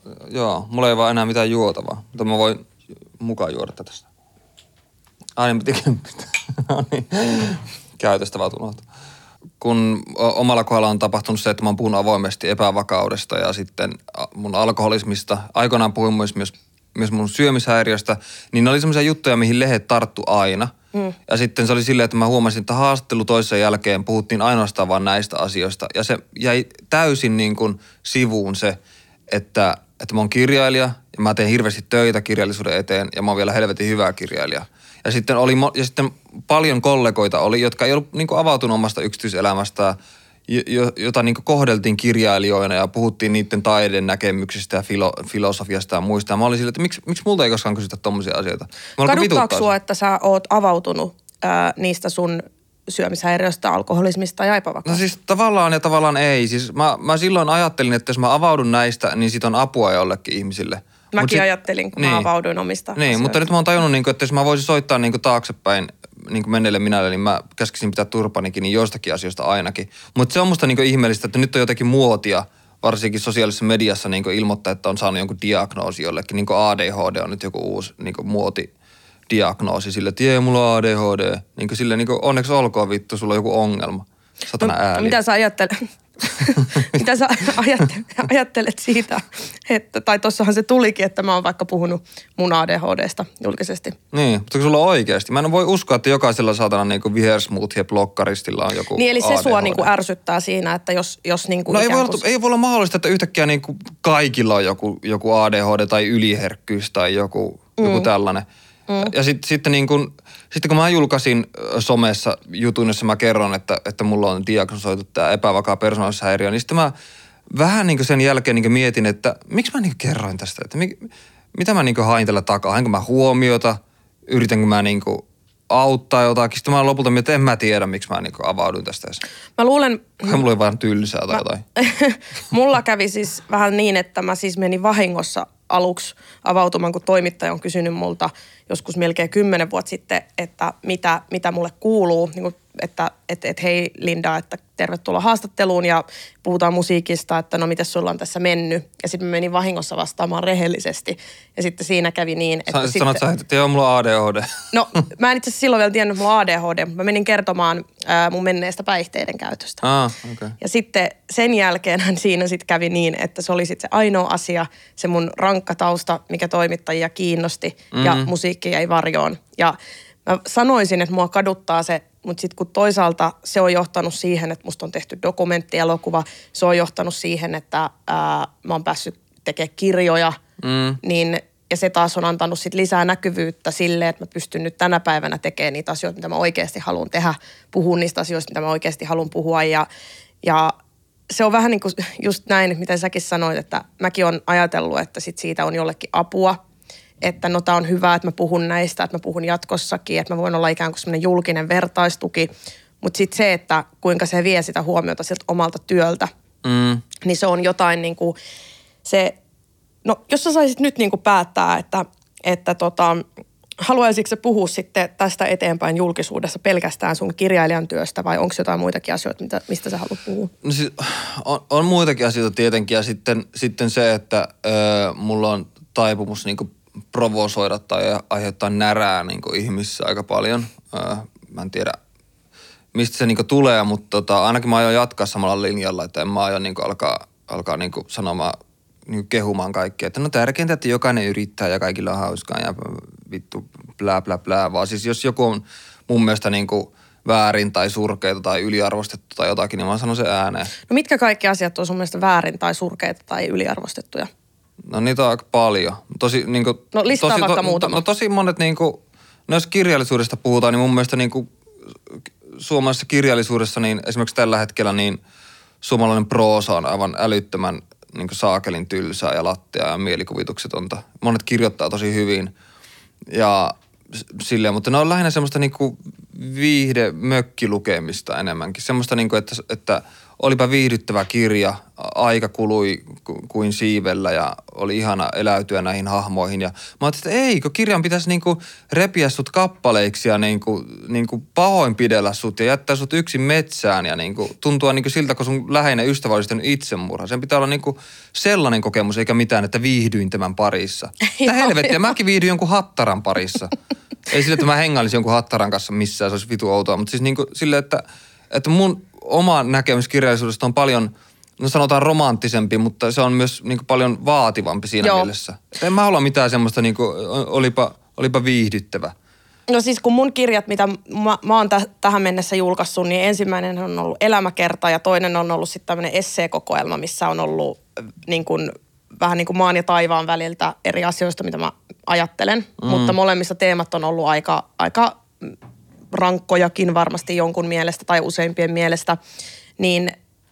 Speaker 1: Joo, mulla ei vaan enää mitään juotavaa, mutta mä voin mukaan juoda tästä. Ai niin, pitikin pitää. No niin. Käytöstä vaan unohtaa. Kun omalla kohdalla on tapahtunut se, että mä oon puhunut avoimesti epävakaudesta ja sitten mun alkoholismista, aikoinaan puhuin myös, myös, myös mun syömishäiriöstä, niin ne oli semmoisia juttuja, mihin lehdet tarttu aina. Mm. Ja sitten se oli silleen, että mä huomasin, että haastattelu toisen jälkeen puhuttiin ainoastaan vaan näistä asioista. Ja se jäi täysin niin kuin sivuun se, että että mä oon kirjailija ja mä teen hirveästi töitä kirjallisuuden eteen ja mä oon vielä helvetin hyvä kirjailija. Ja sitten, oli, ja sitten paljon kollegoita oli, jotka ei ollut niin kuin avautunut omasta yksityiselämästään, jota niin kuin kohdeltiin kirjailijoina ja puhuttiin niiden taiden näkemyksistä ja filo, filosofiasta ja muista. Ja mä olin sillä, että miksi, miksi multa ei koskaan kysytä tommosia asioita?
Speaker 2: Kaduttaako sua, että sä oot avautunut ää, niistä sun syömishäiriöstä, alkoholismista ja epävakaudesta?
Speaker 1: No siis tavallaan ja tavallaan ei. Siis mä, mä silloin ajattelin, että jos mä avaudun näistä, niin sit on apua jollekin ihmisille.
Speaker 2: Mäkin sit, ajattelin, kun niin, mä avauduin omista
Speaker 1: Niin, asioista. Mutta nyt mä oon tajunnut, että jos mä voisin soittaa niin kuin taaksepäin niin kuin menneelle minälle, niin mä käskisin pitää turpanikin niin joistakin asioista ainakin. Mutta se on musta niin kuin ihmeellistä, että nyt on jotenkin muotia, varsinkin sosiaalisessa mediassa niin kuin ilmoittaa, että on saanut jonkun diagnoosi jollekin. Niin kuin A D H D on nyt joku uusi niin kuin muotidiagnoosi sille, että jee, mulla on A D H D. Niin kuin sille, niin kuin onneksi olkoon vittu, sulla on joku ongelma. Satana
Speaker 2: no,
Speaker 1: ääli.
Speaker 2: Mitä sä ajattelet? Mitä sä ajattelet, ajattelet siitä, että, tai tossahan se tulikin, että mä oon vaikka puhunut mun A D H D:sta julkisesti.
Speaker 1: Niin, mutta kun sulla on oikeasti. Mä en voi uskoa, että jokaisella saatana niinku vihersmoothie blokkaristilla on joku
Speaker 2: Niin, eli se
Speaker 1: A D H D.
Speaker 2: Sua niinku ärsyttää siinä, että jos, jos niinku
Speaker 1: no ei voi,
Speaker 2: kuin...
Speaker 1: olla, ei voi olla mahdollista, että yhtäkkiä niinku kaikilla on joku, joku A D H D tai yliherkkyys tai joku, mm. joku tällainen. Mm. Ja sit, sitten niin kun, sitten kun mä julkaisin somessa jutun, jossa mä kerron, että, että mulla on diagnosoitu tämä epävakaa persoonallisuushäiriö, niin sitten mä vähän niin sen jälkeen niin mietin, että miksi mä niin kerroin tästä, että mi, mitä mä niin hain tällä takaa, hainko mä huomiota, yritänkö mä niin auttaa jotakin. Sitten mä lopulta mietin, että en mä tiedä, miksi mä niin avauduin tästä edes.
Speaker 2: Mä luulen...
Speaker 1: Mulla oli vaan tylsää tai mä, jotain.
Speaker 2: Mulla kävi siis vähän niin, että mä siis menin vahingossa aluksi avautumaan, kun toimittaja on kysynyt multa joskus melkein kymmenen vuotta sitten, että mitä, mitä mulle kuuluu, niin kuin, että et, et hei Linda, että tervetuloa haastatteluun ja puhutaan musiikista, että no miten sulla on tässä mennyt. Ja sitten mä menin vahingossa vastaamaan rehellisesti ja sitten siinä kävi niin, että
Speaker 1: Sa-
Speaker 2: sitten...
Speaker 1: Sanot sä, että joo, mulla on A D H D.
Speaker 2: No mä en itse asiassa silloin vielä tiennyt, että mulla on A D H D, mutta mä menin kertomaan ää, mun menneestä päihteiden käytöstä.
Speaker 1: Ah, okay.
Speaker 2: Ja sitten sen jälkeenhän siinä sitten kävi niin, että se oli sitten se ainoa asia, se mun rankka tausta, mikä toimittajia kiinnosti mm-hmm. ja musiikki jäi varjoon. Ja mä sanoisin, että mua kaduttaa se, mutta sitten kun toisaalta se on johtanut siihen, että musta on tehty dokumenttielokuva, se on johtanut siihen, että ää, mä oon päässyt tekemään kirjoja, mm. niin, ja se taas on antanut sit lisää näkyvyyttä sille, että mä pystyn nyt tänä päivänä tekemään niitä asioita, mitä mä oikeasti haluan tehdä, puhua niistä asioista, mitä mä oikeasti haluan puhua, ja, ja se on vähän niin kuin just näin, mitä säkin sanoit, että mäkin on ajatellut, että sit siitä on jollekin apua, että no tää on hyvä, että mä puhun näistä, että mä puhun jatkossakin, että mä voin olla ikään kuin semmoinen julkinen vertaistuki. Mutta sitten se, että kuinka se vie sitä huomiota siltä omalta työltä, mm. niin se on jotain niin kuin se, no jos sä saisit nyt niin kuin päättää, että, että tota, haluaisitko sä puhua sitten tästä eteenpäin julkisuudessa pelkästään sun kirjailijan työstä vai onko jotain muitakin asioita, mitä, mistä sä haluat puhua?
Speaker 1: No siis on, on muitakin asioita tietenkin ja sitten, sitten se, että ö, mulla on taipumus niin kuin provosoida tai aiheuttaa närää niin kuin ihmisissä aika paljon. Öö, mä en tiedä, mistä se niin kuin tulee, mutta tota, ainakin mä aion jatkaa samalla linjalla, että en mä aion niin kuin alkaa, alkaa niin kuin sanomaan, niin kuin kehumaan kaikkea. Että no tärkeintä, että jokainen yrittää ja kaikilla on hauskaa ja vittu blää blää blää, vaan siis jos joku on mun mielestä niin kuin väärin tai surkeita tai yliarvostettu tai jotakin, niin mä sanon se ääneen.
Speaker 2: No mitkä kaikki asiat on sun mielestä väärin tai surkeita tai yliarvostettuja?
Speaker 1: No niitä on aika paljon. Tosi, niin kuin,
Speaker 2: no listaa
Speaker 1: tosi,
Speaker 2: vaikka
Speaker 1: to,
Speaker 2: muutama.
Speaker 1: No tosi monet, niin kuin, no jos kirjallisuudesta puhutaan, niin mun mielestä niin kuin, suomalaisessa kirjallisuudessa, niin esimerkiksi tällä hetkellä, niin suomalainen proosa on aivan älyttömän niin kuin saakelin tylsää ja lattea ja mielikuvituksetonta. Monet kirjoittaa tosi hyvin ja silleen, mutta ne on lähinnä semmoista niin kuin viihde mökkilukemista enemmänkin. Semmoista niin kuin, että, että olipa viihdyttävä kirja, aika kului kuin siivellä ja oli ihana eläytyä näihin hahmoihin. Ja mä ajattelin, että ei, kun kirjan pitäisi niinku repiä sut kappaleiksi ja niinku, niinku pahoinpidellä sut ja jättää sut yksin metsään ja niinku tuntua niinku siltä, kun sun läheinen ystävä olisi tehnyt itsemurha. Sen pitää olla niinku sellainen kokemus eikä mitään, että viihdyin tämän parissa. Mitä helvettiä, mäkin viihdyin jonkun hattaran parissa. Ei sille, että mä hengailisin jonkun hattaran kanssa missään, se olisi vitu outoa, mutta siis niinku silleen, että, että mun oma näkemys kirjallisuudesta on paljon, no sanotaan romanttisempi, mutta se on myös niin kuin paljon vaativampi siinä Joo. mielessä. En mä halua mitään semmoista, niin kuin, olipa, olipa viihdyttävä.
Speaker 2: No siis kun mun kirjat, mitä mä, mä oon t- tähän mennessä julkaissut, niin ensimmäinen on ollut elämäkerta ja toinen on ollut sitten tämmöinen esseekokoelma, missä on ollut niin kuin vähän niin kuin maan ja taivaan väliltä eri asioista, mitä mä ajattelen. Mm. Mutta molemmissa teemat on ollut aika, aika rankkojakin varmasti jonkun mielestä tai useimpien mielestä. Niin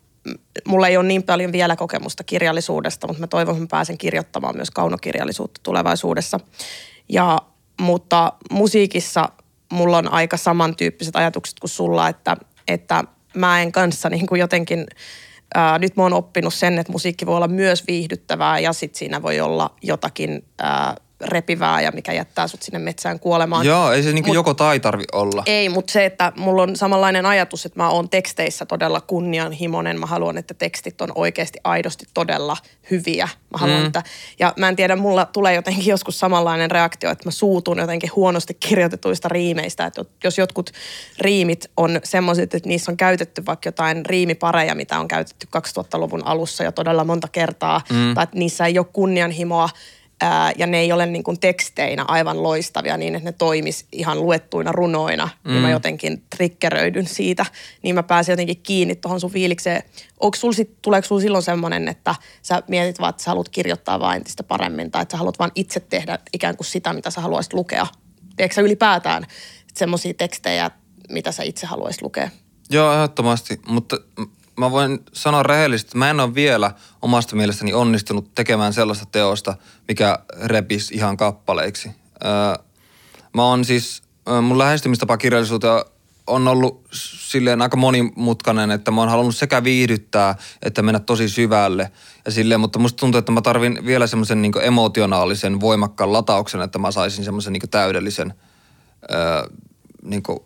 Speaker 2: mulla ei ole niin paljon vielä kokemusta kirjallisuudesta, mutta mä toivon, että mä pääsen kirjoittamaan myös kaunokirjallisuutta tulevaisuudessa. Ja, mutta musiikissa mulla on aika samantyyppiset ajatukset kuin sulla, että, että mä en kanssa niin kuin jotenkin, ää, nyt mä oon oppinut sen, että musiikki voi olla myös viihdyttävää ja sit siinä voi olla jotakin ää, repivää ja mikä jättää sut sinne metsään kuolemaan.
Speaker 1: Joo, ei se niinku joko tai tarvi olla.
Speaker 2: Ei, mutta se, että mulla on samanlainen ajatus, että mä oon teksteissä todella kunnianhimoinen. Mä haluan, että tekstit on oikeasti aidosti todella hyviä. Mä haluan, mm. että, ja mä en tiedä, mulla tulee jotenkin joskus samanlainen reaktio, että mä suutun jotenkin huonosti kirjoitetuista riimeistä. Että jos jotkut riimit on semmoiset, että niissä on käytetty vaikka jotain riimipareja, mitä on käytetty kaksituhattaluvun alussa jo todella monta kertaa, mm. tai että niissä ei ole kunnianhimoa, Ää, ja ne ei ole niin kuin teksteinä aivan loistavia niin, että ne toimis ihan luettuina runoina, mm. niin mä jotenkin triggeröidyn siitä, niin mä pääsen jotenkin kiinni tuohon sun fiilikseen. Onko sul sit, tuleeko sul silloin semmoinen, että sä mietit vaan, että sä haluat kirjoittaa vaan entistä paremmin, tai että sä haluat vaan itse tehdä ikään kuin sitä, mitä sä haluaisit lukea? Teekö sä ylipäätään semmoisia tekstejä, mitä sä itse haluaisit lukea?
Speaker 1: Joo, ehdottomasti, mutta mä voin sanoa rehellisesti, että mä en ole vielä omasta mielestäni onnistunut tekemään sellaista teosta, mikä repisi ihan kappaleiksi. Öö, mä oon siis, mun lähestymistapa kirjallisuuteen on ollut silleen aika monimutkainen, että mä oon halunnut sekä viihdyttää, että mennä tosi syvälle. Ja silleen, mutta musta tuntuu, että mä tarvin vielä semmoisen niin kuin emotionaalisen, voimakkaan latauksen, että mä saisin semmoisen niin kuin täydellisen öö, niin kuin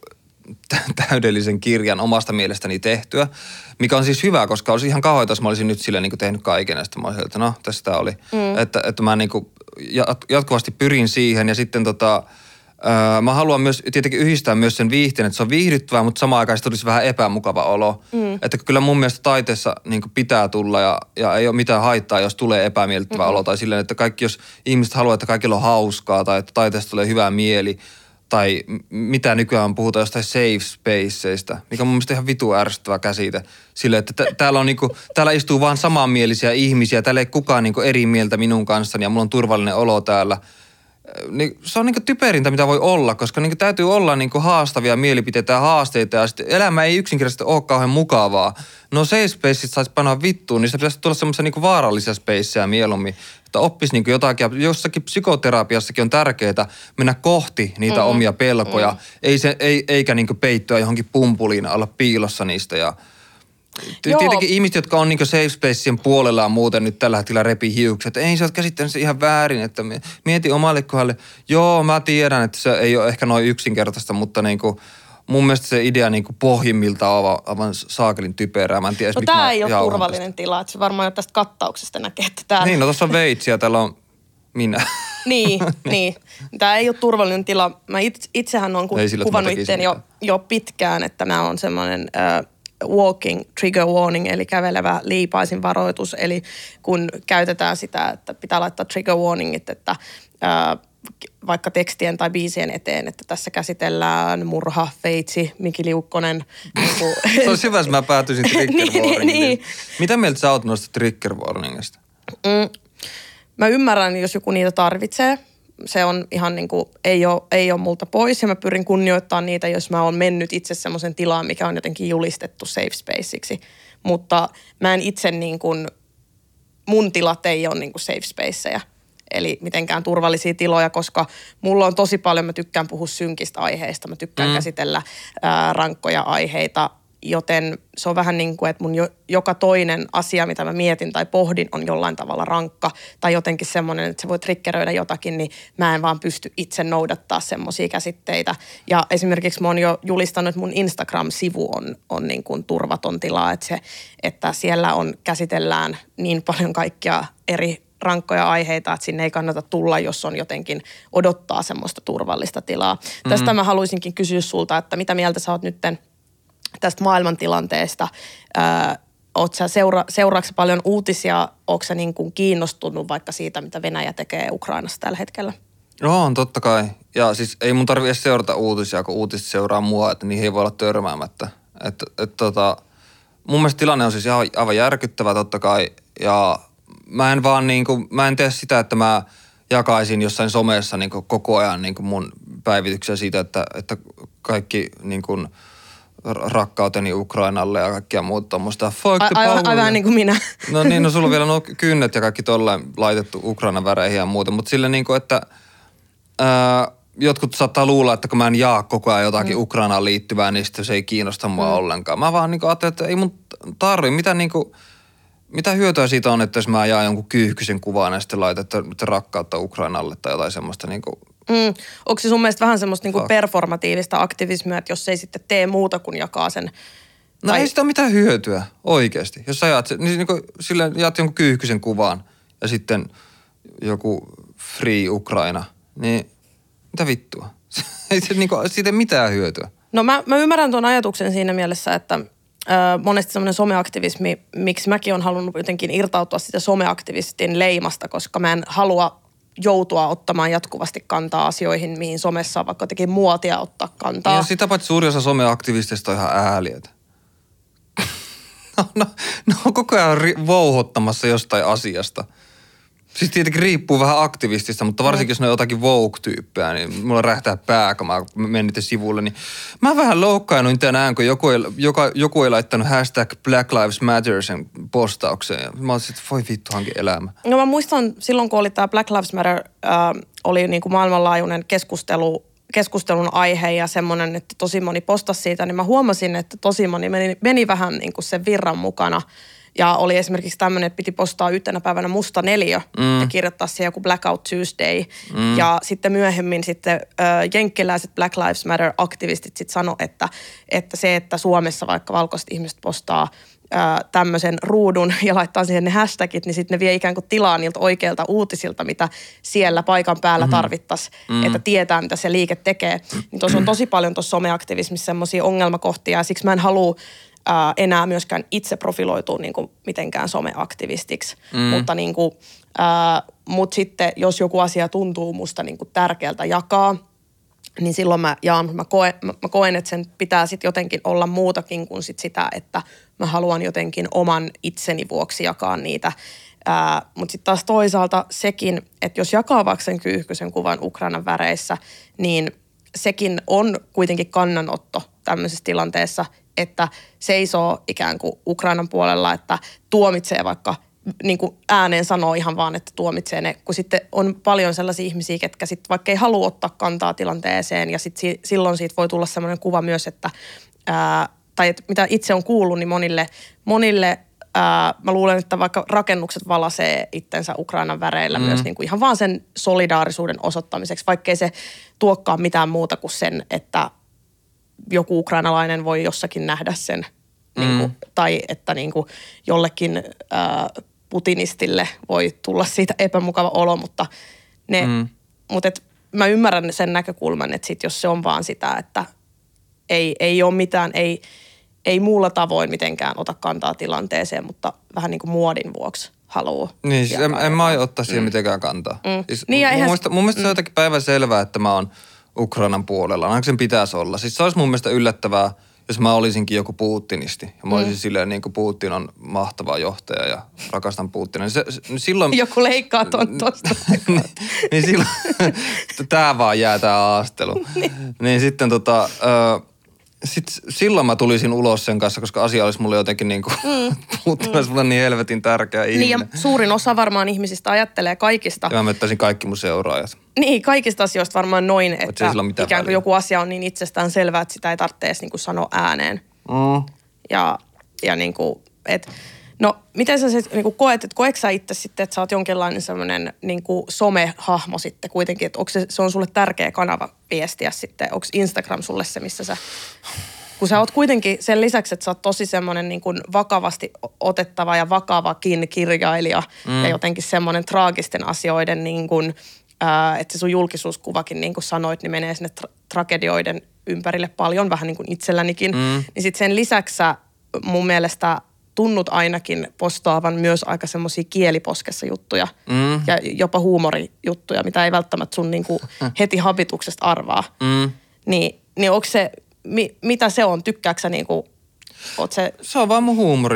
Speaker 1: täydellisen kirjan omasta mielestäni tehtyä, mikä on siis hyvä, koska olisi ihan kauheita, jos mä olisin nyt silleen niin kuin tehnyt kaiken, ja sitten mä olisin, että no, tässä tää oli. Mm. Että, että mä niin kuin jatkuvasti pyrin siihen, ja sitten tota, ää, mä haluan myös tietenkin yhdistää myös sen viihteen, että se on viihdyttävää, mutta samaan aikaan se tulisi vähän epämukava olo. Mm. Että kyllä mun mielestä taiteessa niin kuin pitää tulla, ja, ja ei ole mitään haittaa, jos tulee epämiellyttävä mm-hmm. olo, tai silleen, että kaikki, jos ihmiset haluaa, että kaikilla on hauskaa, tai että taiteesta tulee hyvä mieli, tai mitä nykyään puhutaan jostain safe spaceista, mikä on mun mielestä ihan vitu ärsyttävä käsite. Sille, että t- täällä, on niinku, täällä istuu vaan samanmielisiä ihmisiä, täällä ei kukaan niinku eri mieltä minun kanssani ja mulla on turvallinen olo täällä. Niin, se on niinku typerintä, mitä voi olla, koska niinku täytyy olla niinku haastavia mielipiteitä ja haasteita ja sitten elämä ei yksinkertaisesti ole kauhean mukavaa. No safe spaceit saisi panna vittuun, niin se pitäisi tulla semmoisia niinku vaarallisia spaceja mieluummin, että oppisi niinku jotakin. Ja jossakin psykoterapiassakin on tärkeää mennä kohti niitä mm. omia pelkoja, mm. ei se, ei, eikä niinku peittyä johonkin pumpuliin olla piilossa niistä ja tietenkin ihmiset, jotka on niin safe spacen puolella ja muuten nyt tällä hetkellä repii hiukset. Ei, sä oot käsittänyt se ihan väärin, että mieti omalle kohdalle. Joo, mä tiedän, että se ei ole ehkä noin yksinkertaista, mutta niin kuin, mun mielestä se idea niin kuin pohjimmilta on aivan, aivan saakelin typerää. Mä en tiedä,
Speaker 2: no tää ei ole turvallinen tästä tila, että se varmaan jo tästä kattauksesta näkee, että täällä.
Speaker 1: Niin, no tossa on veitsiä, täällä on minä.
Speaker 2: niin, niin. Tää ei ole turvallinen tila. Mä itse, itsehän on kuvannut itseäni jo, jo pitkään, että mä oon semmoinen Äh, walking trigger warning, eli kävelevä liipaisin varoitus. Eli kun käytetään sitä, että pitää laittaa trigger warningit, että ää, vaikka tekstien tai biisien eteen, että tässä käsitellään murha, feitsi, Miki Liukkonen. Niin kuin
Speaker 1: se olisi hyvä, jos mä päätyisin trigger warningiin. niin, niin. Mitä mieltä sä oot noista trigger warningista?
Speaker 2: Mm, mä ymmärrän, jos joku niitä tarvitsee. Se on ihan niin kuin, ei ole, ei ole multa pois ja mä pyrin kunnioittamaan niitä, jos mä oon mennyt itse semmoisen tilaan, mikä on jotenkin julistettu safe spaceiksi. Mutta mä en itse niin kuin, mun tilat ei ole niin kuin safe spaceja, eli mitenkään turvallisia tiloja, koska mulla on tosi paljon, mä tykkään puhua synkistä aiheista, mä tykkään mm. käsitellä ää, rankkoja aiheita, joten se on vähän niin kuin, että mun jo, joka toinen asia, mitä mä mietin tai pohdin, on jollain tavalla rankka tai jotenkin semmoinen, että se voi triggeröidä jotakin, niin mä en vaan pysty itse noudattaa semmoisia käsitteitä. Ja esimerkiksi mä oon jo julistanut, että mun Instagram-sivu on, on niin kuin turvaton tila, että, se, että siellä on, käsitellään niin paljon kaikkia eri rankkoja aiheita, että sinne ei kannata tulla, jos on jotenkin odottaa semmoista turvallista tilaa. Mm-hmm. Tästä mä haluaisinkin kysyä sulta, että mitä mieltä sä oot nytten tästä maailmantilanteesta. Öö, oot sä seura- seuraatko paljon uutisia? Ootko sä niin kuin kiinnostunut vaikka siitä, mitä Venäjä tekee Ukrainassa tällä hetkellä?
Speaker 1: No on, totta kai. Ja siis ei mun tarvitse edes seurata uutisia, kun uutiset seuraa mua, että niihin ei voi olla törmäämättä. Että et, tota, mun mielestä tilanne on siis ihan, aivan järkyttävä totta kai. Ja mä en vaan niinku, mä en tee sitä, että mä jakaisin jossain somessa niinku koko ajan niinku mun päivityksiä siitä, että, että kaikki niinku rakkauteni Ukrainalle ja kaikkia muuta tommoista. Fuck the power.
Speaker 2: Aivan ai, niin kuin minä.
Speaker 1: No niin, no sulla on vielä nuo kynnet ja kaikki tolleen laitettu Ukrainan väreihin ja muuta, mutta sille niinku, että ää, jotkut saattaa luulla, että kun mä en jaa koko ajan jotakin mm. Ukrainaan liittyvää, niin sitten se ei kiinnosta mua mm. ollenkaan. Mä vaan niinku ajattelin, että ei mun tarvi. Mitä niinku, mitä hyötyä siitä on, että jos mä jaan jonkun kyyhkyisen kuvaan ja sitten laitan, että rakkautta Ukrainalle tai jotain semmoista niinku.
Speaker 2: Mm. Onko se sun mielestä vähän semmoista niinku performatiivista aktivismia, että jos ei sitten tee muuta kuin jakaa sen?
Speaker 1: No tai ei sitä ole mitään hyötyä oikeasti. Jos sä jaat, niin niinku, sille jaat jonkun kyyhkyisen kuvaan ja sitten joku Free Ukraina, niin mitä vittua? Ei se niinku, siitä ei mitään hyötyä.
Speaker 2: No mä, mä ymmärrän tuon ajatuksen siinä mielessä, että ö, monesti semmoinen someaktivismi, miksi mäkin olen halunnut jotenkin irtautua sitä someaktivistin leimasta, koska mä en halua joutua ottamaan jatkuvasti kantaa asioihin, mihin somessa on vaikka jotenkin muotia ottaa kantaa.
Speaker 1: Ja sitä paitsi suuri osa someaktivisteista on ihan ääliöitä. no, no, no on koko ajan ri- vouhottamassa jostain asiasta. Siis tietenkin riippuu vähän aktivistista, mutta varsinkin jos ne on jotakin woke-tyyppejä, niin mulla rähtää pää, kun mä menen niiden sivuille. Niin mä vähän loukkainuin tänään, kun joku ei, joka, joku ei laittanut hashtag Black Lives Matter sen postaukseen. Ja mä olisin, että voi vittu hankin elämä.
Speaker 2: No mä muistan silloin, kun oli tämä Black Lives Matter, äh, oli niin kuin maailmanlaajuinen keskustelu, keskustelun aihe ja semmoinen, että tosi moni postasi siitä, niin mä huomasin, että tosi moni meni, meni vähän niin kuin sen virran mukana. Ja oli esimerkiksi tämmöinen, että piti postaa yhtenä päivänä musta neliö mm. ja kirjoittaa siihen joku Blackout Tuesday. Mm. Ja sitten myöhemmin sitten äh, jenkkiläiset Black Lives Matter-aktivistit sitten sano, että, että se, että Suomessa vaikka valkoiset ihmiset postaa äh, tämmöisen ruudun ja laittaa siihen ne hashtagit, niin sitten ne vie ikään kuin tilaa niiltä oikeilta uutisilta, mitä siellä paikan päällä mm. tarvittaisiin, mm. että tietää, mitä se liike tekee. Niin tuossa on tosi paljon tuossa someaktivismissa semmoisia ongelmakohtia ja siksi mä en halua Ää, enää myöskään itse profiloituu niin kuin mitenkään someaktivistiksi, mm. mutta niin kuin, ää, mut sitten jos joku asia tuntuu musta niin kuin tärkeältä jakaa, niin silloin mä jaan, mä koen, mä, mä koen, että sen pitää sitten jotenkin olla muutakin kuin sit sitä, että mä haluan jotenkin oman itseni vuoksi jakaa niitä. Ää, mutta sitten taas toisaalta sekin, että jos jakaa vaikka sen kyyhkyisen kuvan Ukrainan väreissä, niin sekin on kuitenkin kannanotto tämmöisessä tilanteessa, että seisoo ikään kuin Ukrainan puolella, että tuomitsee vaikka niin kuin ääneen sanoo ihan vaan, että tuomitsee ne, kun sitten on paljon sellaisia ihmisiä, ketkä sitten vaikka ei halua ottaa kantaa tilanteeseen ja sitten si- silloin siitä voi tulla semmoinen kuva myös, että ää, tai että mitä itse on kuullut, niin monille, monille ää, mä luulen, että vaikka rakennukset valasee itsensä Ukrainan väreillä mm. myös niin kuin ihan vaan sen solidaarisuuden osoittamiseksi, vaikkei se tuokkaan mitään muuta kuin sen, että joku ukrainalainen voi jossakin nähdä sen, mm. niin kuin, tai että niin kuin jollekin ää, putinistille voi tulla siitä epämukava olo, mutta, ne, mm. mutta et, mä ymmärrän sen näkökulman, että sit jos se on vaan sitä, että ei, ei ole mitään, ei, ei muulla tavoin mitenkään ota kantaa tilanteeseen, mutta vähän niin kuin muodin vuoksi haluaa.
Speaker 1: Niin, siis en, en mä aio ottaa siihen mm. mitenkään kantaa. Mm. Siis
Speaker 2: niin
Speaker 1: mun, mielestä, mun mielestä mm. se on jotenkin päivän selvää, että mä oon Ukrainan puolella. Ainakin sen pitäisi olla. Siis se olisi mun mielestä yllättävää, jos mä olisinkin joku Putinisti. Ja mä olisin mm. silleen niin kuin Putin on mahtava johtaja ja rakastan Putinia. Niin se, se, silloin,
Speaker 2: joku leikkaa ton tosta.
Speaker 1: niin silloin, tää vaan jää tää haastelu. niin. niin sitten tota, äh, sit, silloin mä tulisin ulos sen kanssa, koska asia olisi mulle jotenkin niin kuin, mm. Putin olisi mulle niin helvetin tärkeä ihminen.
Speaker 2: Niin ja suurin osa varmaan ihmisistä ajattelee kaikista.
Speaker 1: Ja mä mettäisin kaikki mun seuraajat.
Speaker 2: Niin, kaikista asioista varmaan noin, että ikään kuin
Speaker 1: väliä.
Speaker 2: joku asia on niin itsestään selvää, että sitä ei tarvitse edes niin kuin sanoa ääneen.
Speaker 1: Mm.
Speaker 2: Ja, ja niin kuin, että no miten sä sit, niin kuin koet, että koetko sä itse sitten, että sä oot jonkinlainen semmoinen niin kuin somehahmo sitten kuitenkin, että onko se, se on sulle tärkeä kanava viestiä sitten, onko Instagram sulle se, missä sä, kun sä oot kuitenkin sen lisäksi, että sä oot tosi semmoinen niin kuin vakavasti otettava ja vakavakin kirjailija mm. ja jotenkin semmoinen traagisten asioiden niin kuin, Äh, että se sun julkisuuskuvakin, niin kuin sanoit, niin menee sinne tra- tragedioiden ympärille paljon, vähän niin kuin itsellänikin. Mm. Niin sitten sen lisäksi sä mun mielestä tunnut ainakin postaavan myös aika semmoisia kieliposkessa juttuja mm. ja jopa huumorijuttuja, mitä ei välttämättä sun niin kuin heti habituksesta arvaa. Mm. Niin, niin onko se, mi, mitä se on? Tykkääksä niin kuin, oot se...
Speaker 1: Se on vaan mun huumoria.